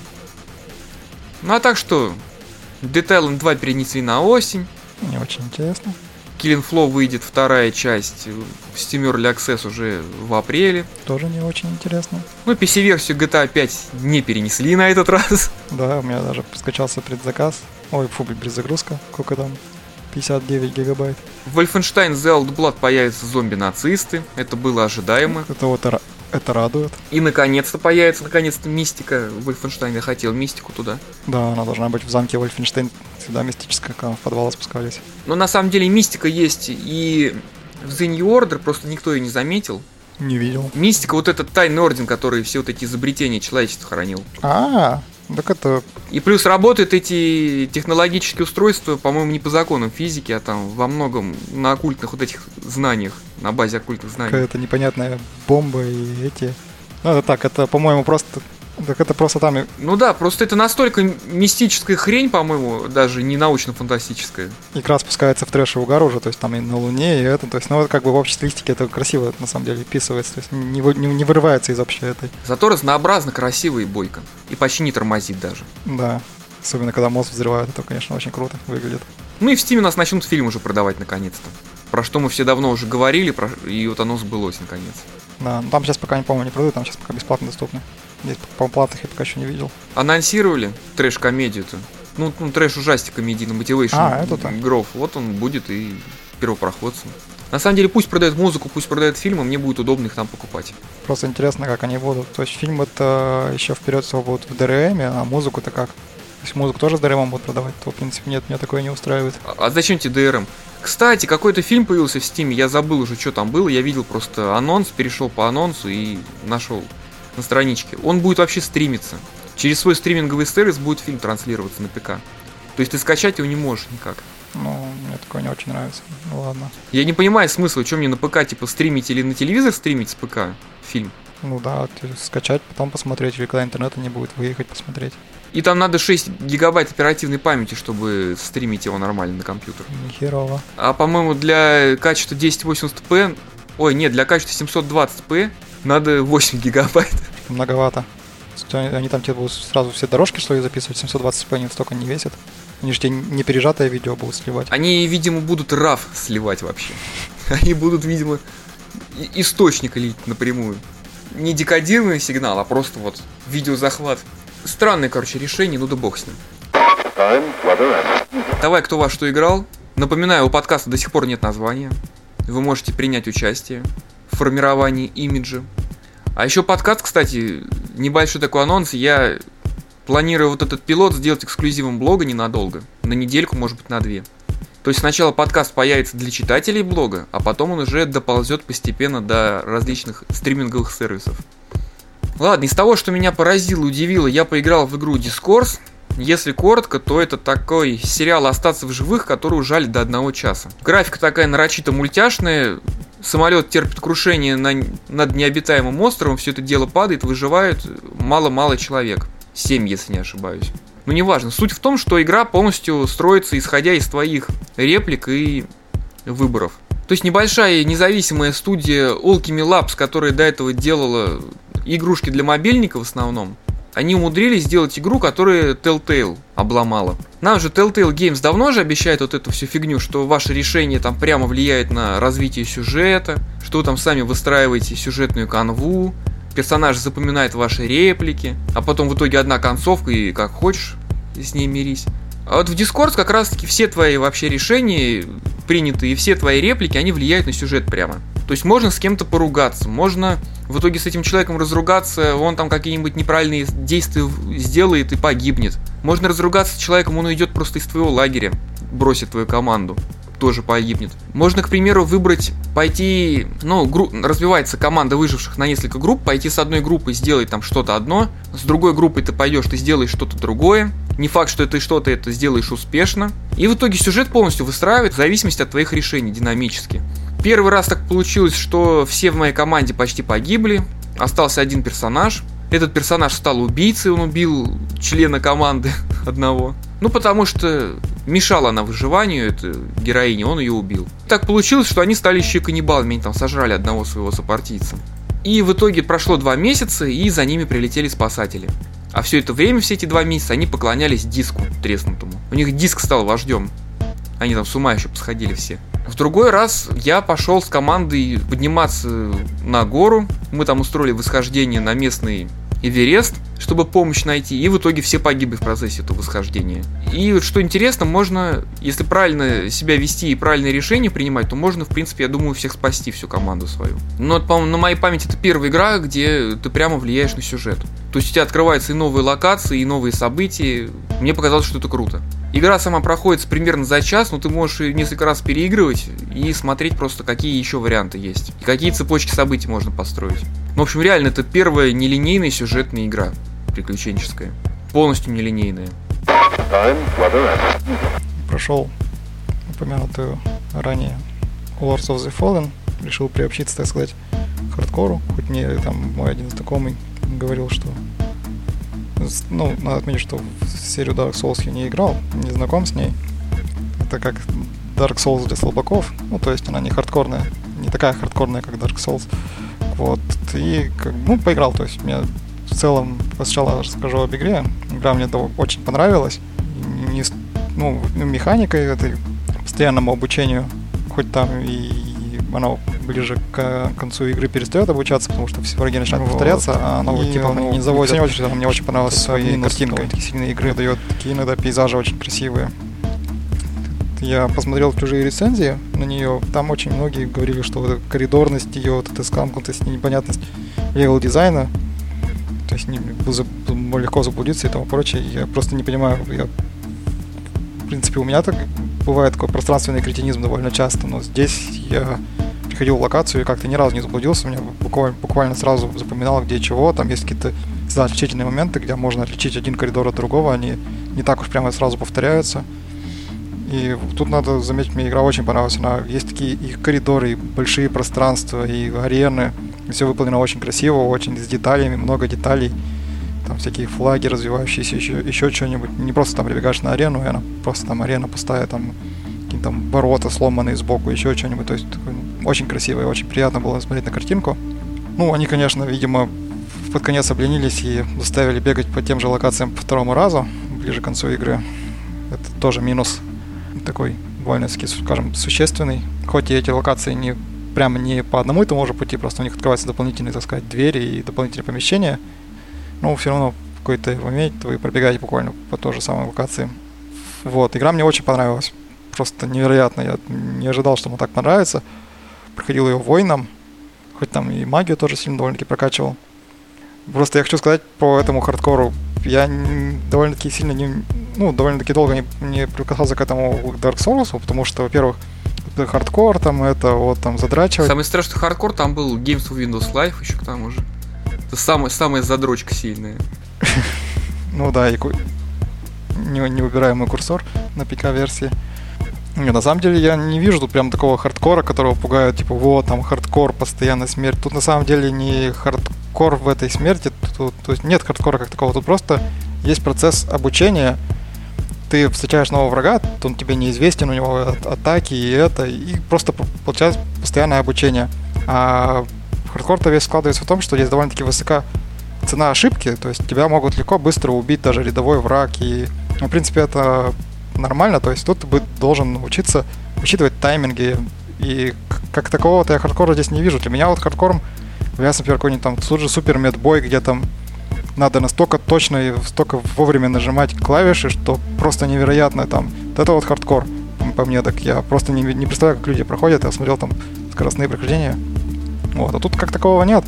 Ну а так что, Dead Island два перенесли на осень. Не очень интересно. Killing Floor выйдет вторая часть в Steam Early Access уже в апреле. Тоже не очень интересно. Ну, пи си-версию джи ти эй пять не перенесли на этот раз. Да, у меня даже скачался предзаказ. Ой, фу, предзагрузка. Сколько там? пятьдесят девять гигабайт. В Wolfenstein The Old Blood появятся зомби-нацисты. Это было ожидаемо. Это вот это радует. И наконец-то появится, наконец-то мистика. Wolfenstein, я хотел мистику туда. Да, она должна быть в замке Wolfenstein. Всегда мистическая, когда в подвал спускались. Но на самом деле мистика есть и в The New Order, просто никто ее не заметил. Не видел. Мистика, вот этот тайный орден, который все вот эти изобретения человечества хранил. А, так это... И плюс работают эти технологические устройства, по-моему, не по законам физики, а там во многом на оккультных вот этих знаниях, на базе оккультных знаний. Какая-то непонятная бомба и эти... Ну, это так, это, по-моему, просто Так это просто там... Ну да, просто это настолько мистическая хрень, по-моему, даже не научно-фантастическая. Игра спускается в трэш и угар уже, то есть там и на Луне, и это, то есть, ну, как бы в общей стилистике это красиво, на самом деле, вписывается, то есть не, вы, не, не вырывается из общей этой. Зато разнообразно, красиво и бойко. И почти не тормозит даже. Да, особенно когда мозг взрывает, это, конечно, очень круто выглядит. Ну и в Steam нас начнут фильм уже продавать наконец-то. Про что мы все давно уже говорили, про... и вот оно сбылось наконец. Да, ну, там сейчас пока, не помню, не продают, там сейчас пока бесплатно доступны. Здесь по платных я пока еще не видел. Анонсировали трэш-комедию-то. Ну, ну трэш-ужастик комедийный, Motivation а, это-то. Grove. Вот он будет и первопроходцем. На самом деле, пусть продают музыку, пусть продают фильмы, мне будет удобно их там покупать. Просто интересно, как они будут. То есть фильм это еще вперед всего будут в ди ар эм, а музыку-то как? Если музыку тоже с ди ар эм будут продавать, то, в принципе, нет, меня такое не устраивает. А, а зачем тебе ди ар эм? Кстати, какой-то фильм появился в Steam, я забыл уже, что там было. Я видел просто анонс, перешел по анонсу и нашел на страничке. Он будет вообще стримиться. Через свой стриминговый сервис будет фильм транслироваться на ПК. То есть ты скачать его не можешь никак. Ну, мне такое не очень нравится. Ну ладно. Я не понимаю смысла, что мне на ПК типа стримить или на телевизор стримить с ПК фильм. Ну да, скачать, потом посмотреть, или когда интернета не будет, выехать посмотреть. И там надо шесть гигабайт оперативной памяти, чтобы стримить его нормально на компьютер. Нихерово. А по-моему для качества тысяча восемьдесят пэ, ой, нет, для качества семьсот двадцать пэ надо восемь гигабайт. Многовато. Они там тебе будут сразу все дорожки, что ли, записывать, семьсот двадцать пэ они столько не весят. Они же тебе не пережатое видео будут сливать. Они, видимо, будут рав сливать вообще. Они будут, видимо, источник лить напрямую. Не декодированный сигнал, а просто вот видеозахват. Странное, короче, решение, ну да бог с ним. Давай, кто во что играл. Напоминаю, у подкаста до сих пор нет названия. Вы можете принять участие в формировании имиджа. А еще подкаст, кстати, небольшой такой анонс. Я планирую вот этот пилот сделать эксклюзивом блога ненадолго. На недельку, может быть, на две. То есть сначала подкаст появится для читателей блога, а потом он уже доползет постепенно до различных стриминговых сервисов. Ладно, из того, что меня поразило, удивило, я поиграл в игру Discourse. Если коротко, то это такой сериал «Остаться в живых», который ужали до одного часа. Графика такая нарочито мультяшная. Самолет терпит крушение на... над необитаемым островом, все это дело падает, выживают мало-мало человек. Семь, если не ошибаюсь. Но неважно. Суть в том, что игра полностью строится исходя из твоих реплик и выборов. То есть небольшая независимая студия Alchemy Labs, которая до этого делала игрушки для мобильника в основном, они умудрились сделать игру, которая Telltale обломала. Нам же Telltale Games давно же обещает вот эту всю фигню, что ваше решение там прямо влияет на развитие сюжета, что вы там сами выстраиваете сюжетную канву, персонаж запоминает ваши реплики, а потом в итоге одна концовка и как хочешь с ней мирись. А вот в Discord как раз таки все твои вообще решения принятые и все твои реплики, они влияют на сюжет прямо. То есть можно с кем-то поругаться, можно в итоге с этим человеком разругаться, он там какие-нибудь неправильные действия сделает и погибнет. Можно разругаться с человеком, он уйдет просто из твоего лагеря, бросит твою команду, тоже погибнет. Можно, к примеру, выбрать, пойти, ну, гру- развивается команда выживших на несколько групп, пойти с одной группой сделать там что-то одно, с другой группой ты пойдешь, ты сделаешь что-то другое. Не факт, что ты что-то это сделаешь успешно. И в итоге сюжет полностью выстраивает в зависимости от твоих решений динамически. Первый раз так получилось, что все в моей команде почти погибли. Остался один персонаж. Этот персонаж стал убийцей, он убил члена команды одного. Ну, потому что мешала она выживанию, эта героиня, он ее убил. Так получилось, что они стали еще и каннибалами, они там сожрали одного своего сопартийца. И в итоге прошло два месяца, и за ними прилетели спасатели. А все это время, все эти два месяца, они поклонялись диску треснутому. У них диск стал вождем. Они там с ума еще посходили все. В другой раз я пошел с командой подниматься на гору. Мы там устроили восхождение на местный Эверест, чтобы помощь найти. И в итоге все погибли в процессе этого восхождения. И вот что интересно, можно, если правильно себя вести и правильные решения принимать, то можно, в принципе, я думаю, всех спасти, всю команду свою. Но, по-моему, на моей памяти это первая игра, где ты прямо влияешь на сюжет. То есть у тебя открываются и новые локации, и новые события. Мне показалось, что это круто. Игра сама проходит примерно за час, но ты можешь несколько раз переигрывать и смотреть просто, какие еще варианты есть. И какие цепочки событий можно построить. В общем, реально, это первая нелинейная сюжетная игра. Приключенческая. Полностью нелинейная. Прошел упомянутую ранее Lords of the Fallen. Решил приобщиться, так сказать, к хардкору. Хоть мне там мой один знакомый говорил, что ну, надо отметить, что в серию Dark Souls я не играл, не знаком с ней. Это как Dark Souls для слабаков, ну, то есть она не хардкорная, не такая хардкорная, как Dark Souls. Вот, и, как, ну, поиграл, то есть мне в целом, сначала расскажу об игре. Игра мне очень понравилась. Не, ну, механикой этой, постоянному обучению, хоть там и она ближе к концу игры перестает обучаться, потому что все враги начинают вот. повторяться, а оно и, типа ну, не заводит. Не очередь, мне очень понравилась своей картинкой. Такие сильные игры дает, такие иногда пейзажи очень красивые. Я посмотрел чужие рецензии на нее, там очень многие говорили, что вот коридорность ее, вот эта скамкнутость, непонятность левел дизайна, то есть не, было легко заблудиться и тому прочее. Я просто не понимаю, я, в принципе, у меня так бывает такой пространственный кретинизм довольно часто, но здесь я приходил в локацию и как-то ни разу не заблудился, у меня буквально, буквально сразу запоминал, где чего, там есть какие-то всегда отличительные моменты, где можно отличить один коридор от другого, они не так уж прямо сразу повторяются. И тут надо заметить, мне игра очень понравилась. Она, есть такие и коридоры, и большие пространства, и арены. И все выполнено очень красиво, очень с деталями, много деталей. Там всякие флаги развивающиеся, еще, еще что-нибудь. Не просто там прибегаешь на арену, и она просто там арена пустая, там какие-то там ворота сломанные сбоку, еще что-нибудь. То есть очень красиво и очень приятно было смотреть на картинку. Ну, они, конечно, видимо, под конец обленились и заставили бегать по тем же локациям по второму разу, ближе к концу игры. Это тоже минус такой довольно-таки, скажем, существенный. Хоть и эти локации не прямо не по одному и тому же пути, просто у них открываются дополнительные, так сказать, двери и дополнительные помещения, но все равно в какой-то момент вы пробегаете буквально по той же самой локации. Вот, игра мне очень понравилась. Просто невероятно. Я не ожидал, что мне так понравится. Проходил ее воином, хоть там и магию тоже сильно довольно-таки прокачивал. Просто я хочу сказать по этому хардкору. Я не, довольно-таки сильно не... Ну, довольно-таки долго не, не прикасался к этому Dark Souls, потому что, во-первых, это хардкор, там, это вот там задрачивать. Самый страшный хардкор там был Games with Windows Live еще к тому же. Это самая, самая задрочка сильная. Ну да, и неубираемый курсор на пи си-версии. На самом деле я не вижу тут прям такого хардкора, которого пугают, типа, вот, там, хардкор, постоянная смерть. Тут на самом деле не хардкор в этой смерти, тут, то есть нет хардкора как такого, тут просто есть процесс обучения. Ты встречаешь нового врага, он тебе неизвестен, у него атаки и это, и просто получается постоянное обучение. А хардкор-то весь складывается в том, что здесь довольно-таки высока цена ошибки, то есть тебя могут легко, быстро убить даже рядовой враг, и, ну, в принципе, это нормально, то есть тут ты должен научиться учитывать тайминги, и как такового-то я хардкора здесь не вижу. Для меня вот хардкором является, например, какой-нибудь там тут же супер медбой, где там надо настолько точно и столько вовремя нажимать клавиши, что просто невероятно там. Вот это вот хардкор, по мне, так я просто не, не представляю, как люди проходят. Я смотрел там скоростные прохождения. Вот, а тут как такового нет.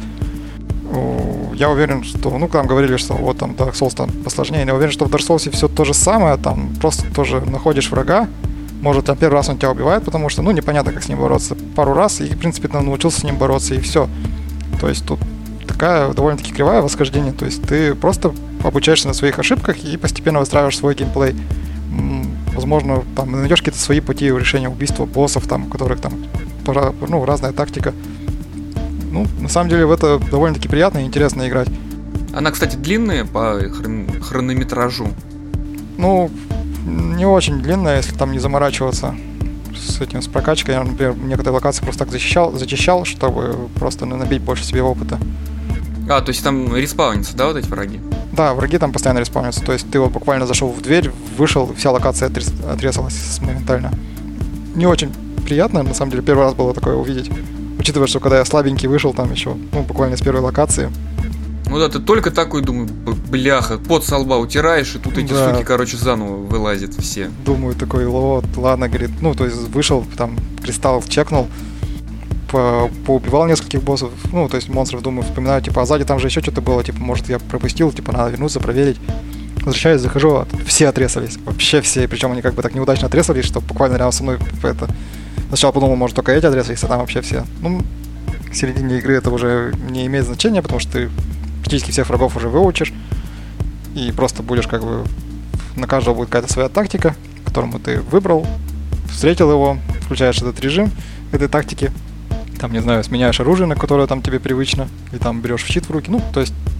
Я уверен, что, ну, там говорили, что вот там Dark Souls там посложнее. Я уверен, что в Dark Souls все то же самое, там просто тоже находишь врага. Может, там первый раз он тебя убивает, потому что, ну, непонятно, как с ним бороться. Пару раз, и, в принципе, ты научился с ним бороться, и все. То есть тут такая довольно-таки кривая восхождение, то есть ты просто обучаешься на своих ошибках и постепенно выстраиваешь свой геймплей. Возможно, там найдешь какие-то свои пути решения убийства боссов, там, у которых там, ну, разная тактика. Ну, на самом деле, в это довольно-таки приятно и интересно играть. Она, кстати, длинная по хрон- хронометражу? Ну, не очень длинная, если там не заморачиваться с этим, с прокачкой. Я, например, некоторые локации просто так зачищал, зачищал, чтобы просто набить больше себе опыта. А, то есть там респаунятся, да, вот эти враги? Да, враги там постоянно респаунятся. То есть ты вот буквально зашел в дверь, вышел, вся локация отрез... отрезалась моментально. Не очень приятно, на самом деле, первый раз было такое увидеть. Учитывая, что когда я слабенький вышел там еще, ну, буквально с первой локации. Ну да, ты только такой, думаю, бляха, пот со лба утираешь, и тут эти да. суки, короче, заново вылазят все. Думаю, такой, вот, ладно, говорит, ну, то есть вышел, там, кристалл чекнул, по поубивал нескольких боссов, ну, то есть монстров, думаю, вспоминаю, типа, а сзади там же еще что-то было, типа, может, я пропустил, типа, надо вернуться, проверить. Возвращаюсь, захожу, а все отрезались, вообще все, причем они как бы так неудачно отрезались, что буквально рядом со мной это... Сначала подумал, может, только эти отрезались, а там вообще все. Ну, к середине игры это уже не имеет значения, потому что ты практически всех врагов уже выучишь, и просто будешь как бы... На каждого будет какая-то своя тактика, которому ты выбрал, встретил его, включаешь этот режим этой тактики, там, не знаю, сменяешь оружие, на которое там тебе привычно, и там берешь щит в руки, ну, то есть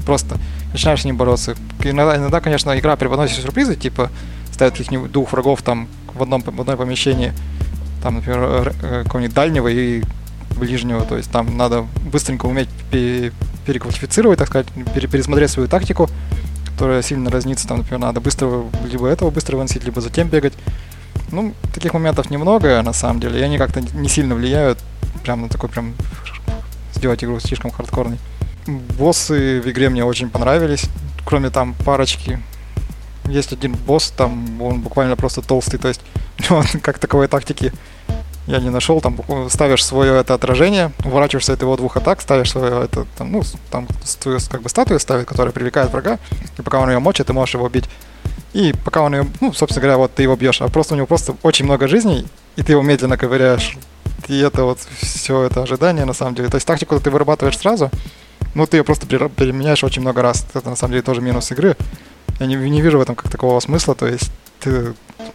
просто начинаешь с ним бороться. Иногда, иногда, конечно, игра преподносит сюрпризы, типа ставит каких-нибудь двух врагов там в одном, в одном помещении, там, например, какого-нибудь дальнего и ближнего, то есть там надо быстренько уметь пере- переквалифицировать, так сказать, пере- пересмотреть свою тактику, которая сильно разнится, там, например, надо быстро либо этого быстро выносить, либо затем бегать. Ну, таких моментов немного, на самом деле, и они как-то не сильно влияют прям на такой прям сделать игру слишком хардкорной. Боссы в игре мне очень понравились, кроме там парочки. Есть один босс, там он буквально просто толстый, то есть он, как таковой тактики я не нашел, там ставишь свое это отражение, уворачиваешься от его двух атак, ставишь свое это, там, ну, там свою как бы статую ставит, которая привлекает врага, и пока он ее мочит, ты можешь его убить. И пока он ее, ну, собственно говоря, вот ты его бьешь, а просто у него просто очень много жизней, и ты его медленно ковыряешь. И это вот все это ожидание, на самом деле. То есть тактику ты вырабатываешь сразу, но ты ее просто переменяешь очень много раз. Это на самом деле тоже минус игры. Я не, не вижу в этом как такого смысла, то есть ты...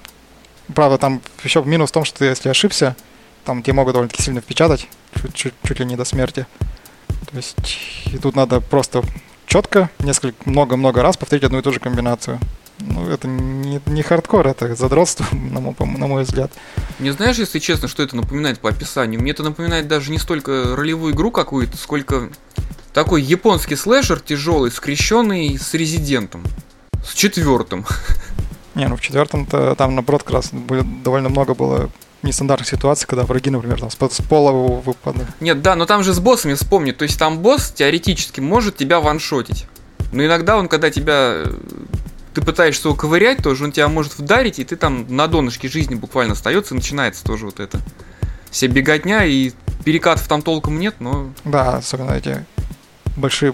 Правда, там еще минус в том, что ты, если ошибся, там тебе могут довольно-таки сильно впечатать, чуть, чуть ли не до смерти. То есть и тут надо просто четко, несколько, много-много раз повторить одну и ту же комбинацию. Ну, это не, не хардкор, это задротство, на мой, на мой взгляд. Не знаешь, если честно, что это напоминает по описанию? Мне это напоминает даже не столько ролевую игру какую-то, сколько такой японский слэшер тяжелый, скрещенный с Резидентом. С четвертым. Не, ну в четвертом-то там, наоборот, как раз довольно много было нестандартных ситуаций, когда враги, например, там с пола выпадали. Нет, да, но там же с боссами вспомни. То есть там босс теоретически может тебя ваншотить. Но иногда он, когда тебя... Ты пытаешься его ковырять, тоже он тебя может вдарить, и ты там на донышке жизни буквально остается, и начинается тоже вот это. Вся беготня, и перекатов там толком нет, но... Да, особенно эти большие,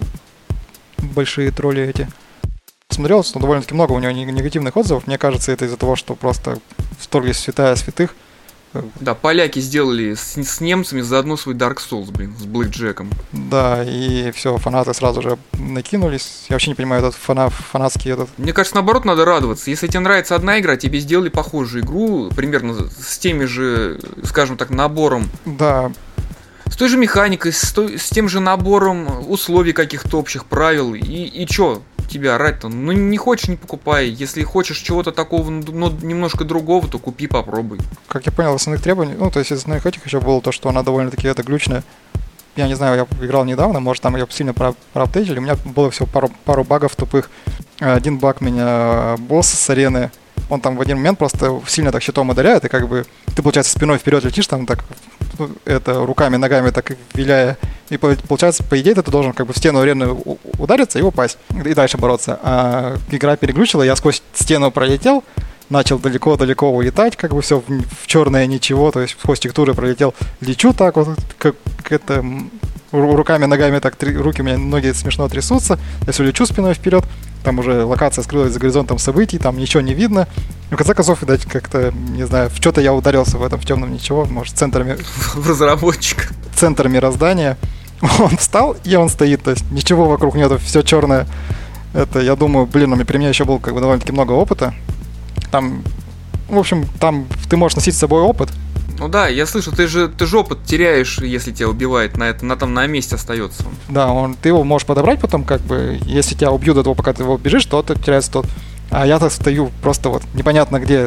большие тролли эти. Смотрел, что довольно-таки много у него негативных отзывов. Мне кажется, это из-за того, что просто вторглись в святая святых. Да, поляки сделали с, с немцами заодно свой Dark Souls, блин, с Блэкджеком. Да, и все, фанаты сразу же накинулись. Я вообще не понимаю этот фана, фанатский этот... Мне кажется, наоборот, надо радоваться. Если тебе нравится одна игра, тебе сделали похожую игру, примерно с теми же, скажем так, набором. Да. С той же механикой, с, той, с тем же набором условий каких-то общих правил. И, и чё тебя орать-то? Ну, не хочешь, не покупай. Если хочешь чего-то такого, но немножко другого, то купи, попробуй. Как я понял, основных требований, ну, то есть из основных этих еще было то, что она довольно-таки это глючная. Я не знаю, я играл недавно, может, там ее сильно проапдейтили. У меня было всего пару, пару багов тупых. Один баг меня босс с арены, он там в один момент просто сильно так щитом ударяет, и как бы ты, получается, спиной вперед летишь, там так это руками, ногами так виляя, и получается, по идее, ты должен как бы в стену арены удариться и упасть, и дальше бороться. А игра переглючила, я сквозь стену пролетел, начал далеко-далеко улетать, как бы все в, в черное ничего, то есть сквозь текстуры пролетел, лечу так вот, как это, руками, ногами так, три, руки у меня, ноги смешно трясутся, я все лечу спиной вперед, там уже локация скрылась за горизонтом событий, там ничего не видно. И в конце концов, видать, как-то, не знаю, в что-то я ударился в этом, в темном ничего, может, центрами... В разработчика. Центр мироздания. Он встал, и он стоит, то есть ничего вокруг нету, все черное. Это, я думаю, блин, при мне еще было как бы довольно-таки много опыта. Там, в общем, там ты можешь носить с собой опыт. Ну да, я слышу, ты же, ты же опыт теряешь, если тебя убивает, на это, на там на месте остается. Да, он, ты его можешь подобрать потом, как бы, если тебя убьют до того, пока ты его бежишь, то ты теряется тот. А я так стою просто вот непонятно где.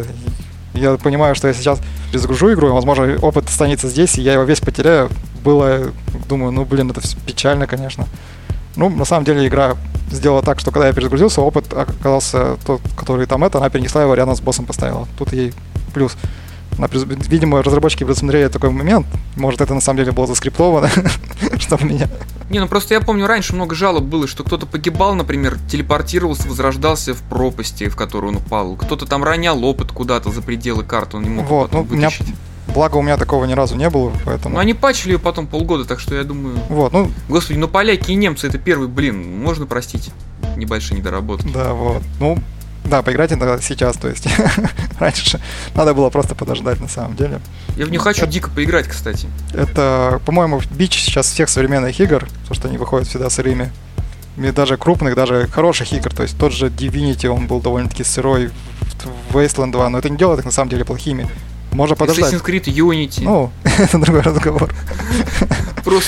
Я понимаю, что я сейчас перезагружу игру, и, возможно, опыт останется здесь, и я его весь потеряю. Было, думаю, ну, блин, это печально, конечно. Ну, на самом деле, игра сделала так, что когда я перезагрузился, опыт оказался тот, который там это, она перенесла его рядом с боссом поставила. Тут ей плюс. Она, видимо, разработчики предусмотрели такой момент. Может, это на самом деле было заскриптовано, чтобы меня... Не, ну просто я помню, раньше много жалоб было, что кто-то погибал, например, телепортировался, возрождался в пропасти, в которую он упал. Кто-то там ронял опыт куда-то за пределы карты, он не мог вот, потом ну, вытащить. Меня... Благо, у меня такого ни разу не было, поэтому... Ну, они патчили ее потом полгода, так что я думаю... Вот, ну... Господи, ну поляки и немцы, это первый, блин, можно простить небольшие недоработки. Да, вот, ну... Да, поиграть это сейчас, то есть раньше надо было просто подождать на самом деле. Я в нее хочу это, дико поиграть, кстати. Это, по-моему, бич сейчас всех современных игр, потому что они выходят всегда сырыми. И даже крупных, даже хороших игр, то есть тот же Divinity, он был довольно-таки сырой, Wasteland два, но это не делает их на самом деле плохими. Можно подождать. Assassin's Creed Unity. Ну, это другой разговор. Просто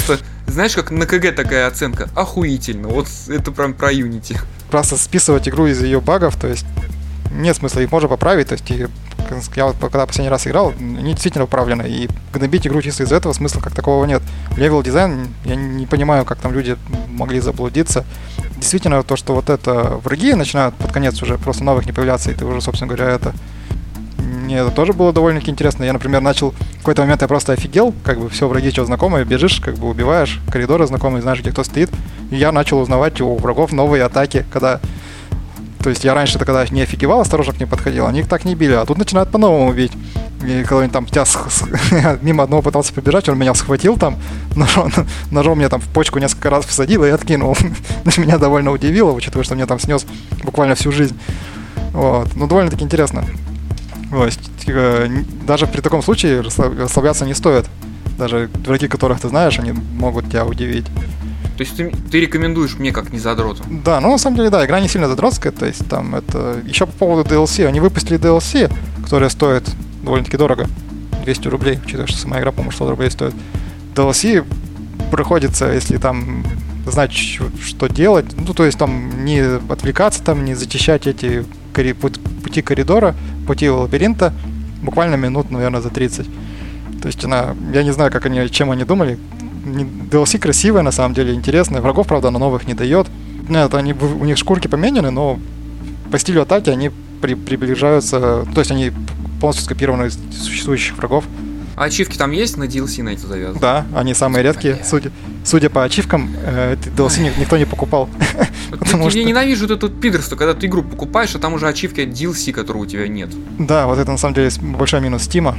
Знаешь, как на КГ такая оценка? Охуительно. Вот это прям про Unity. Просто списывать игру из ее багов, то есть нет смысла, их можно поправить, то есть и, я вот когда последний раз играл, они действительно управлены, и гнобить игру чисто из-за этого смысла как такового нет. Левел дизайн, я не понимаю, как там люди могли заблудиться. Действительно, то, что вот это враги начинают под конец уже просто новых не появляться, и ты уже, собственно говоря, это... Мне это тоже было довольно-таки интересно. Я, например, начал... В какой-то момент я просто офигел, как бы все враги, что знакомые, бежишь, как бы убиваешь, коридоры знакомые, знаешь, где кто стоит. И я начал узнавать у врагов новые атаки, когда... То есть я раньше-то, когда не офигевал, осторожно к ним подходил, они их так не били, а тут начинают по-новому бить. И когда они там тебя с... мимо одного пытался побежать, он меня схватил там, ножом, ножом мне там в почку несколько раз всадил и откинул. Меня довольно удивило, учитывая, что мне там снес буквально всю жизнь. Вот. Ну, довольно-таки интересно. То есть, даже при таком случае расслабляться не стоит. Даже враги, которых ты знаешь, они могут тебя удивить. То есть ты, ты рекомендуешь мне как не задроту? Да, ну на самом деле, да, игра не сильно задротская, то есть там это... Еще по поводу ди эл си, они выпустили ди эл си, которая стоит довольно-таки дорого, двести рублей, учитывая, что сама игра, по-моему, сто рублей стоит. ди эл си приходится, если там знать, что делать, ну то есть там не отвлекаться, там не зачищать эти кори... пути коридора, пути лабиринта, буквально минут, наверное, за тридцать. То есть она, я не знаю, как они, чем они думали. ди эл си красивая, на самом деле, интересная. Врагов, правда, она новых не дает. Нет, они, у них шкурки поменены, но по стилю атаки они при, приближаются... То есть они полностью скопированы из существующих врагов. А ачивки там есть на ди эл си на это завязаны? Да, они самые редкие. Судя, судя по ачивкам, э, ди эл си Ой. никто не покупал. Я что... ненавижу вот это пидорство, когда ты игру покупаешь, а там уже ачивки от ди эл си, которого у тебя нет. Да, вот это на самом деле большой минус Стима.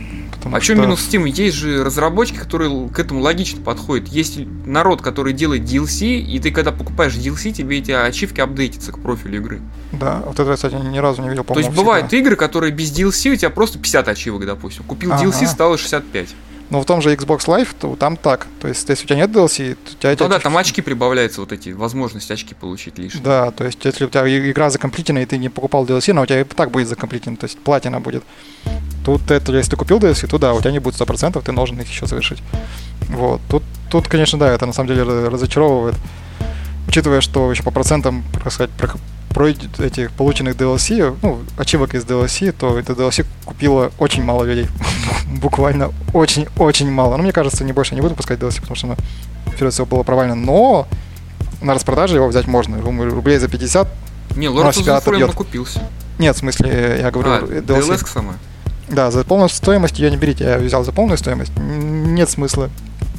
А что минус Steam? Есть же разработчики, которые к этому логично подходят. Есть народ, который делает ди эл си, и ты когда покупаешь ди эл си, тебе эти ачивки апдейтятся к профилю игры. Да, вот это, кстати, ни разу не видел, по-моему. То есть бывают всегда. Игры, которые без ди эл си, у тебя просто пятьдесят ачивок, допустим. Купил ага. ди эл си, стало шестьдесят пять. Но в том же Xbox Live, то там так. То есть, если у тебя нет ди эл си, то у тебя... Ну, да, там очки прибавляются, вот эти, возможность очки получить лишние. Да, то есть, если у тебя игра закомплитена, и ты не покупал ди эл си, но у тебя и так будет закомплитена, то есть, платина будет. Тут, это, если ты купил ди эл си, то да, у тебя не будет сто процентов, ты должен их еще завершить. Вот. Тут, тут, конечно, да, это на самом деле разочаровывает. Учитывая, что еще по процентам, так сказать, пройдет этих полученных ди эл си, ну, ачивок из ди эл си, то это ди эл си купило очень мало людей. Буквально очень-очень мало. Ну, мне кажется, не больше не буду пускать ди эл си, потому что, ну, вперед всего было провально. Но на распродаже его взять можно. Рублей за пятьдесят. Не, Lords of the Fallen накупился. Нет, в смысле, я говорю, а, ди эл эс сама. Да, за полную стоимость ее не берите. Я взял за полную стоимость. Нет смысла.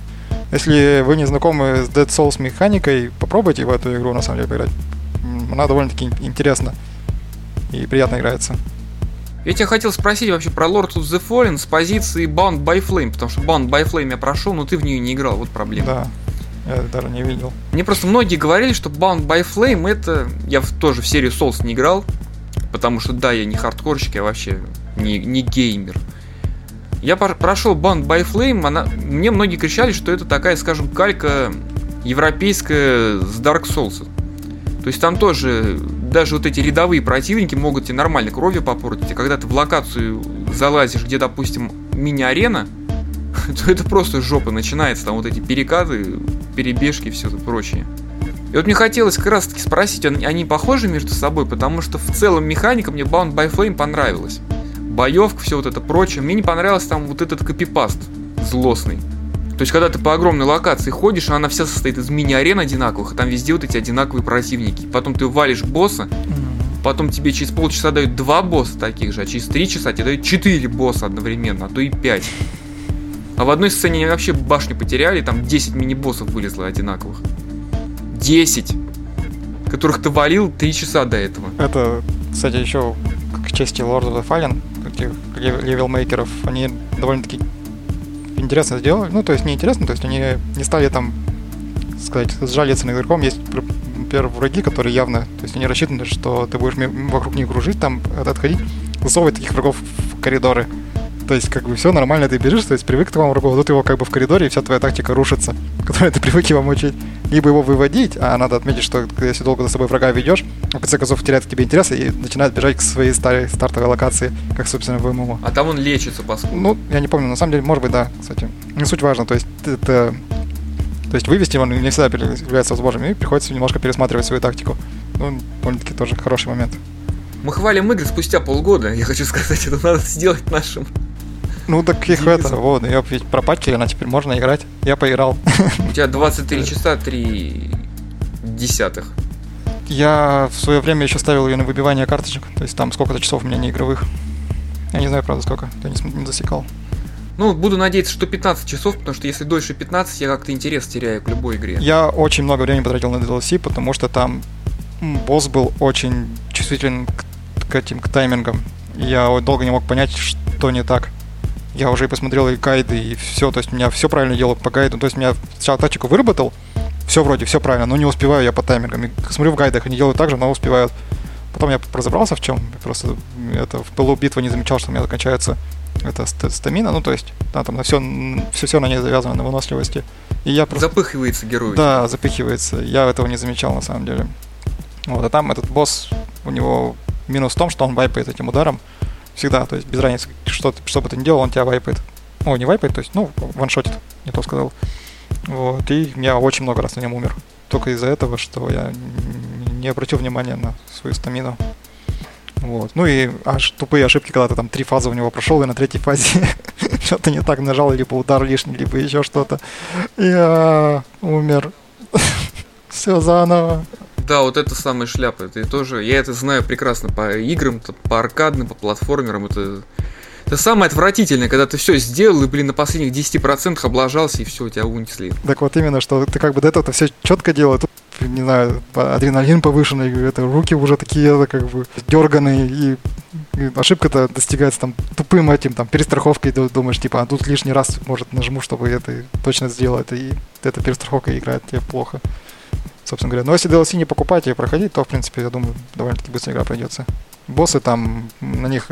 Если вы не знакомы с Dead Souls механикой, попробуйте в эту игру на самом деле поиграть. Она довольно-таки интересна и приятно играется. Я тебя хотел спросить вообще про Lords of the Fallen с позиции Bound by Flame, потому что Bound by Flame я прошел, но ты в нее не играл, вот проблема. Да, я даже не видел. Мне просто многие говорили, что Bound by Flame это... Я тоже в серию Souls не играл, потому что да, я не хардкорщик, я вообще не, не геймер. Я прошел Bound by Flame, она... мне многие кричали, что это такая, скажем, калька европейская с Dark Souls. То есть там тоже даже вот эти рядовые противники могут тебе нормально кровью попортить. И когда ты в локацию залазишь, где, допустим, мини-арена, то это просто жопа начинается. Там вот эти перекаты, перебежки и все это прочее. И вот мне хотелось как раз таки спросить, они похожи между собой? Потому что в целом механика мне Bound by Flame понравилась. Боевка, все вот это прочее. Мне не понравился там вот этот копипаст злостный. То есть, когда ты по огромной локации ходишь, она вся состоит из мини-арен одинаковых, а там везде вот эти одинаковые противники. Потом ты валишь босса, потом тебе через полчаса дают два босса таких же, а через три часа тебе дают четыре босса одновременно, а то и пять. А в одной сцене они вообще башню потеряли, там десять мини-боссов вылезло одинаковых. десять! Которых ты валил три часа до этого. Это, кстати, еще к чести Lords of the Fallen, таких левелмейкеров, они довольно-таки интересно сделали, ну, то есть не интересно, то есть они не стали там, сказать, сжалиться над игроком. Есть, например, враги, которые явно, то есть они рассчитаны, что ты будешь вокруг них кружить, там, отходить, засовывать таких врагов в коридоры. То есть, как бы, все нормально, ты бежишь, то есть привык к твоему врагу, тут его как бы в коридоре, и вся твоя тактика рушится, которую ты привык его мучить. Либо его выводить, а надо отметить, что если долго за собой врага ведешь, в конце концов теряет к тебе интерес и начинает бежать к своей старой стартовой локации, как, собственно, в эм эм о. А там он лечится, по сути. Ну, я не помню, на самом деле, может быть, да, кстати. Не суть важно, то есть это То есть вывести он не всегда является возможным, и приходится немножко пересматривать свою тактику. Ну, довольно-таки тоже хороший момент. Мы хвалим игры спустя полгода, я хочу сказать, это надо сделать нашим. Ну так их это, вот, ее ведь пропатчили, она теперь можно играть. Я поиграл. У тебя двадцать три часа три десятых. Я в свое время еще ставил ее на выбивание карточек, то есть там сколько-то часов у меня не игровых. Я не знаю, правда, сколько, я не, не засекал. Ну, буду надеяться, что пятнадцать часов, потому что если дольше пятнадцати, я как-то интерес теряю к любой игре. Я очень много времени потратил на ди эл си, потому что там босс был очень чувствителен к, к этим к таймингам. Я долго не мог понять, что не так. Я уже и посмотрел и гайды, и все, то есть у меня все правильно делаю по гайду. То есть я сначала тактику выработал, все вроде, все правильно, но не успеваю я по таймингам. И смотрю в гайдах, они делают так же, но успевают. Потом я разобрался в чем, просто это в пылу битвы не замечал, что у меня кончается это стамина, ну то есть да, там на все, все, все на ней завязано, на выносливости. И я просто... Запыхивается герой. Да, запыхивается. Я этого не замечал на самом деле. Вот, а там этот босс, у него минус в том, что он вайпает этим ударом. Всегда, то есть без разницы, что, что бы ты ни делал, он тебя вайпает. О, не вайпает, то есть, ну, ваншотит, не то сказал. Вот, и я очень много раз на нем умер. Только из-за этого, что я не обратил внимания на свою стамину. Вот. Ну и аж тупые ошибки, когда ты там три фазы у него прошел, и на третьей фазе что-то не так нажал, либо удар лишний, либо еще что-то. Я умер. Все заново. Да, вот это самая шляпа. Это тоже, я это знаю прекрасно по играм, по аркадным, по платформерам. Это, это самое отвратительное, когда ты все сделал, и, блин, на последних десяти процентах облажался, и все, у тебя унесли. Так вот именно, что ты как бы до этого все четко делал, тут, не знаю, адреналин повышенный, это, руки уже такие, это, как бы, дерганые, и, и ошибка-то достигается там тупым этим, там, перестраховкой, думаешь, типа, а тут лишний раз, может, нажму, чтобы это точно сделать, и эта перестраховка играет тебе плохо. Собственно говоря. Но если ди эл си не покупать и проходить, то, в принципе, я думаю, довольно-таки быстро игра пройдется. Боссы там, на них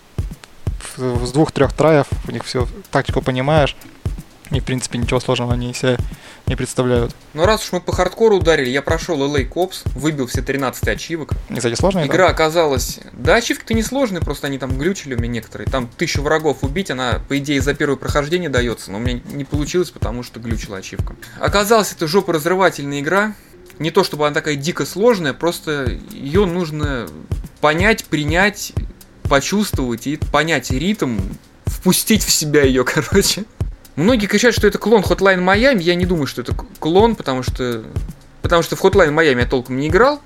с двух-трех траев, у них все тактику понимаешь, и, в принципе, ничего сложного они все не представляют. Ну, раз уж мы по хардкору ударили, я прошел эл эй Cops, выбил все тринадцать ачивок. Не, кстати, сложная игра? Игра оказалась... Да, ачивки-то не сложные, просто они там глючили у меня некоторые. Там тысячу врагов убить, она, по идее, за первое прохождение дается, но у меня не получилось, потому что глючила ачивка. Оказалось, это жопоразрывательная игра. Не то, чтобы она такая дико сложная, просто ее нужно понять, принять, почувствовать и понять ритм, впустить в себя ее, короче. Многие кричат, что это клон Hotline Miami. Я не думаю, что это клон, потому что... Потому что в Hotline Miami я толком не играл.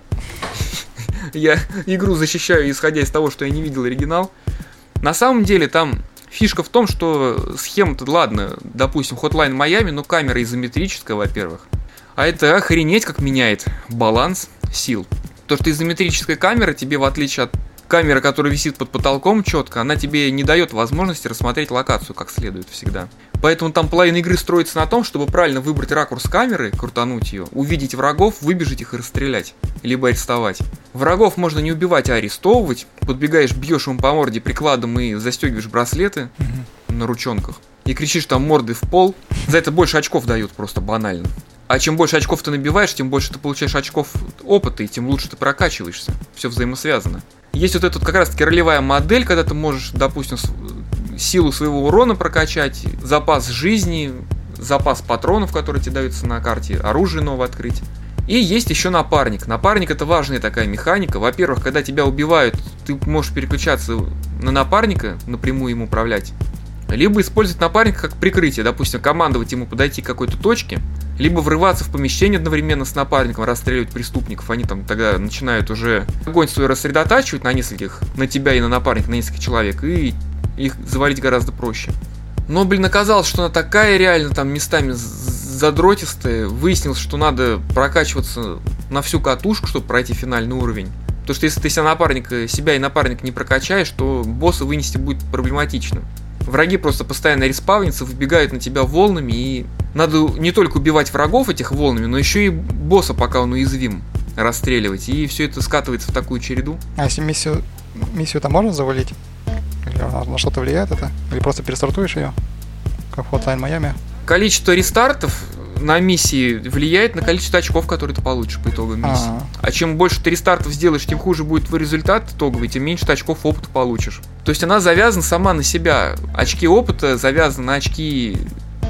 Я игру защищаю, исходя из того, что я не видел оригинал. На самом деле там фишка в том, что схема-то, ладно, допустим, Hotline Miami, но камера изометрическая, во-первых. А это охренеть как меняет баланс сил. То, что изометрическая камера тебе, в отличие от камеры, которая висит под потолком четко, она тебе не дает возможности рассмотреть локацию как следует всегда. Поэтому там половина игры строится на том, чтобы правильно выбрать ракурс камеры, крутануть ее, увидеть врагов, выбежать их и расстрелять, либо арестовать. Врагов можно не убивать, а арестовывать. Подбегаешь, бьешь им по морде прикладом и застегиваешь браслеты mm-hmm. на ручонках. И кричишь там мордой в пол. За это больше очков дают, просто банально. А чем больше очков ты набиваешь, тем больше ты получаешь очков опыта, и тем лучше ты прокачиваешься. Все взаимосвязано. Есть вот эта вот как раз-таки ролевая модель, когда ты можешь, допустим, силу своего урона прокачать, запас жизни, запас патронов, которые тебе даются на карте, оружие новое открыть. И есть еще напарник. Напарник — это важная такая механика. Во-первых, когда тебя убивают, ты можешь переключаться на напарника, напрямую ему управлять. Либо использовать напарника как прикрытие, допустим, командовать ему подойти к какой-то точке, либо врываться в помещение одновременно с напарником, расстреливать преступников. Они там тогда начинают уже огонь свой рассредотачивать на нескольких, на тебя и на напарника, на нескольких человек, и их завалить гораздо проще. Но, блин, оказалось, что она такая реально там местами задротистая. Выяснилось, что надо прокачиваться на всю катушку, чтобы пройти финальный уровень. Потому что если ты себя, напарника, себя и напарника не прокачаешь, то босса вынести будет проблематично. Враги просто постоянно респавнятся, выбегают на тебя волнами, и надо не только убивать врагов этих волнами, но еще и босса, пока он уязвим, расстреливать. И все это скатывается в такую череду. А если миссию, миссию-то можно завалить? Или на что-то влияет это? Или просто перестартуешь ее? Как в Hotline Miami? Количество рестартов на миссии влияет на количество очков, которые ты получишь по итогам миссии. А, а чем больше ты рестартов сделаешь, тем хуже будет твой результат итоговый, тем меньше ты очков опыта получишь. То есть она завязана сама на себя. Очки опыта завязаны на очки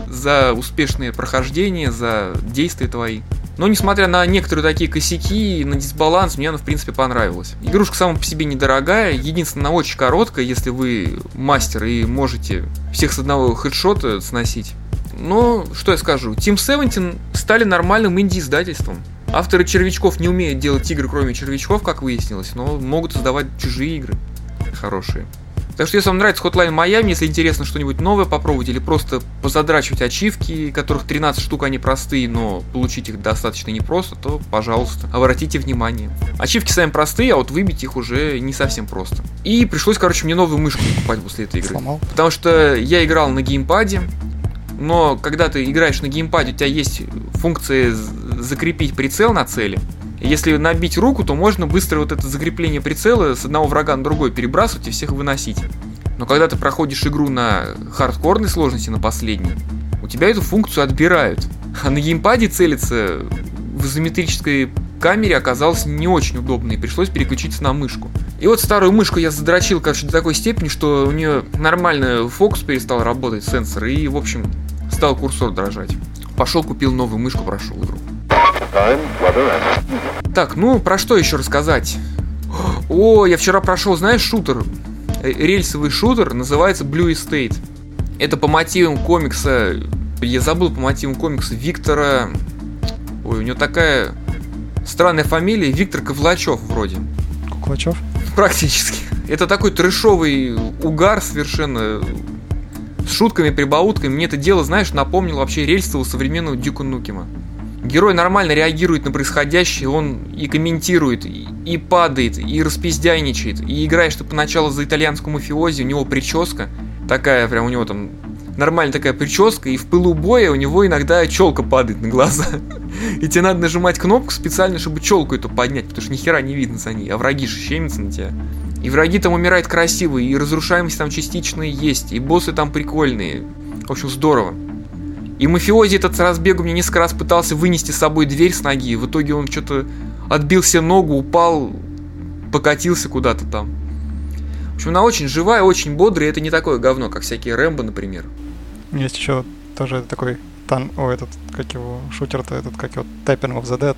за успешные прохождения, за действия твои. Но несмотря на некоторые такие косяки, на дисбаланс, мне она в принципе понравилась. Игрушка сама по себе недорогая, единственное, она очень короткая, если вы мастер и можете всех с одного хедшота сносить. Но, что я скажу, Team семнадцать стали нормальным инди-издательством. Авторы червячков не умеют делать игры, кроме червячков, как выяснилось, но могут создавать чужие игры хорошие. Так что, если вам нравится Hotline Miami, если интересно что-нибудь новое попробовать или просто позадрачивать ачивки, которых тринадцать штук, они простые, но получить их достаточно непросто, то, пожалуйста, обратите внимание. Ачивки сами простые, а вот выбить их уже не совсем просто. И пришлось, короче, мне новую мышку покупать после этой игры. Сломал. Потому что я играл на геймпаде, но когда ты играешь на геймпаде, у тебя есть функция закрепить прицел на цели. Если набить руку, то можно быстро вот это закрепление прицела с одного врага на другой перебрасывать и всех выносить. Но когда ты проходишь игру на хардкорной сложности, на последней, у тебя эту функцию отбирают. А на геймпаде целиться в изометрической камере оказалось не очень удобно, и пришлось переключиться на мышку. И вот старую мышку я задрочил, короче, до такой степени, что у нее нормально фокус перестал работать, сенсор, и, в общем, стал курсор дрожать. Пошел, купил новую мышку, прошел игру. Так, ну, про что еще рассказать? О, я вчера прошел, знаешь, шутер, рельсовый шутер, называется Blue Estate. Это по мотивам комикса, я забыл по мотивам комикса Виктора... Ой, у него такая странная фамилия, Виктор Ковлачев вроде. Куклачев? Практически. Это такой трэшовый угар совершенно, с шутками, прибаутками. Мне это дело, знаешь, напомнило вообще рельсового современного Дюка Нукема. Герой нормально реагирует на происходящее, он и комментирует, и, и падает, и распиздяйничает. И играешь ты поначалу за итальянскую мафиози, у него прическа такая, прям у него там нормальная такая прическа, и в пылу боя у него иногда челка падает на глаза. И тебе надо нажимать кнопку специально, чтобы челку эту поднять, потому что ни хера не видно за ней, а враги же щемятся на тебя. И враги там умирают красиво, и разрушаемость там частичные есть, и боссы там прикольные. В общем, здорово. И мафиози этот с разбегу мне несколько раз пытался вынести с собой дверь с ноги. В итоге он что-то отбил себе ногу, упал, покатился куда-то там. В общем, она очень живая, очень бодрая. Это не такое говно, как всякие Рэмбо, например. Есть еще тоже такой тан... О, этот, как его, шутер-то этот, как его, Typing of the Dead.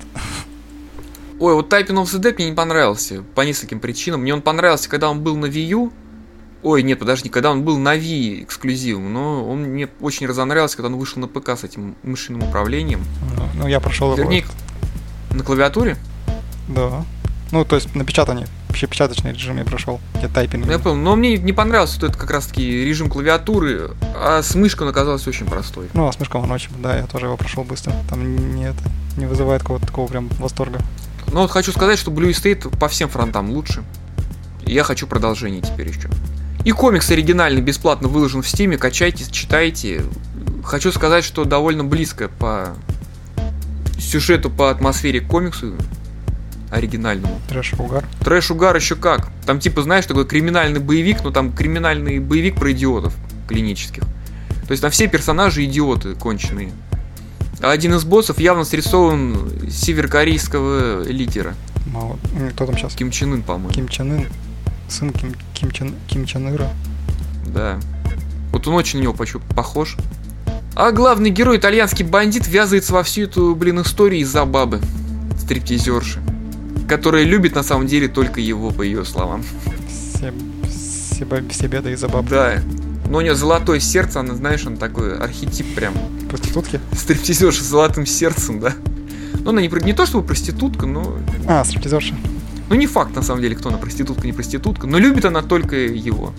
Ой, вот Typing of the Dead мне не понравился по нескольким причинам. Мне он понравился, когда он был на Wii U. Ой, нет, подожди, когда он был на Wii эксклюзивом, но он мне очень разонравился, когда он вышел на ПК с этим мышиным управлением. Ну, ну я прошел Вернее, его. На клавиатуре? Да. Ну, то есть напечатание, вообще печаточный режим я прошел, где тайпинг. Я понял, но мне не понравился вот этот как раз-таки режим клавиатуры, а с мышкой он оказался очень простой. Ну, а с мышкой он очень, да, я тоже его прошел быстро. Там не, это, не вызывает какого-то такого прям восторга. Ну вот хочу сказать, что Blue Estate по всем фронтам лучше. И я хочу продолжение теперь еще. И комикс оригинальный бесплатно выложен в Стиме, качайте, читайте. Хочу сказать, что довольно близко по сюжету, по атмосфере к комиксу оригинальному. Трэш-угар. Трэш-угар еще как. Там типа, знаешь, такой криминальный боевик, но там криминальный боевик про идиотов клинических. То есть там все персонажи идиоты конченые. А один из боссов явно срисован северокорейского лидера. Мало. Кто там сейчас? Ким Чен Ын, по-моему. Ким Чен Ын. Сын Ким, Ким, Чен, Ким Чен Ира. Да. Вот он очень на него похож. А главный герой, итальянский бандит, ввязывается во всю эту, блин, историю из-за бабы. Стриптизерши. Которая любит на самом деле только его, по ее словам. Все, все, все беды из-за бабы. Да. Но у нее золотое сердце, она, знаешь, он такой архетип прям. Проститутки? Стриптизерша с золотым сердцем, да. Но она не, не то чтобы проститутка, но... А, стриптизерша. Ну не факт, на самом деле, кто она, проститутка, не проститутка, но любит она только его.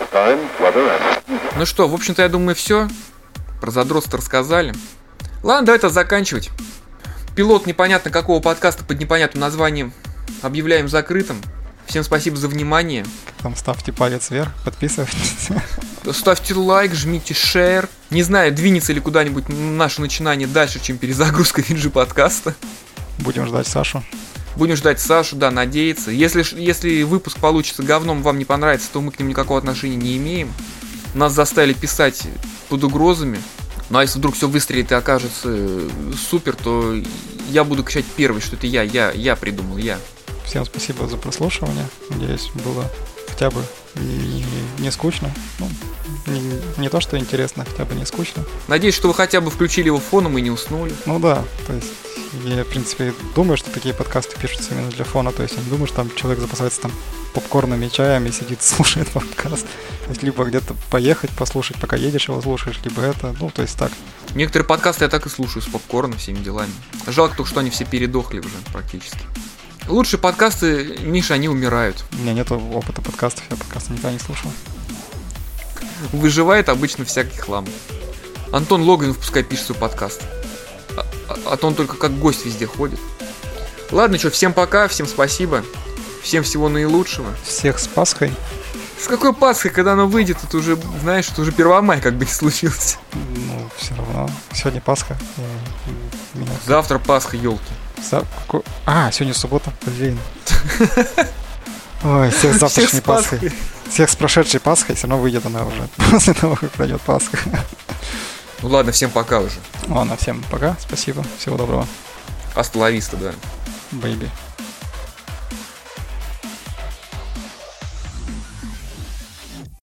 Ну что, в общем-то, я думаю, все. Про задротство рассказали. Ладно, давай это заканчивать. Пилот непонятно какого подкаста под непонятным названием объявляем закрытым. Всем спасибо за внимание. Там ставьте палец вверх, подписывайтесь. Ставьте лайк, жмите шер. Не знаю, двинется ли куда-нибудь наше начинание дальше, чем перезагрузка Винджи подкаста. Будем ждать Сашу. Будем ждать Сашу, да, надеяться. Если, если выпуск получится говном, вам не понравится, то мы к ним никакого отношения не имеем. Нас заставили писать под угрозами. Ну а если вдруг все выстрелит и окажется супер, то я буду кричать первый, что это я, я, я придумал, я. Всем спасибо за прослушивание. Надеюсь, было хотя бы не, не скучно. Ну, не, не то, что интересно, хотя бы не скучно. Надеюсь, что вы хотя бы включили его фоном и не уснули. Ну да, то есть я, в принципе, думаю, что такие подкасты пишутся именно для фона. То есть я не думаю, что там человек запасается там попкорном и чаем и сидит, слушает подкаст. То есть либо где-то поехать, послушать, пока едешь его слушаешь, либо это, ну, то есть так. Некоторые подкасты я так и слушаю с попкорном, всеми делами. Жалко только, что они все передохли уже практически. Лучшие подкасты, Миша, они умирают. У меня нет опыта подкастов, я подкасты никогда не слушал. Выживает обычно всякий хлам. Антон Логвинов пускай пишет свой подкаст. А, а, а то он только как гость везде ходит. Ладно, что, всем пока, всем спасибо. Всем всего наилучшего. Всех с Пасхой. С какой Пасхой, когда оно выйдет, это уже, знаешь, это уже Первомай как бы не случился. Ну, все равно. Сегодня Пасха. И меня... Завтра Пасха, елки. За... А, сегодня суббота, блин. Ой, всех с завтрашней Пасхой. Всех с прошедшей Пасхой, все равно выйдет она уже после того, как пройдет Пасха. Ну ладно, всем пока уже. Ладно, всем пока, спасибо, всего доброго. Аста ла виста, да. Бэйби.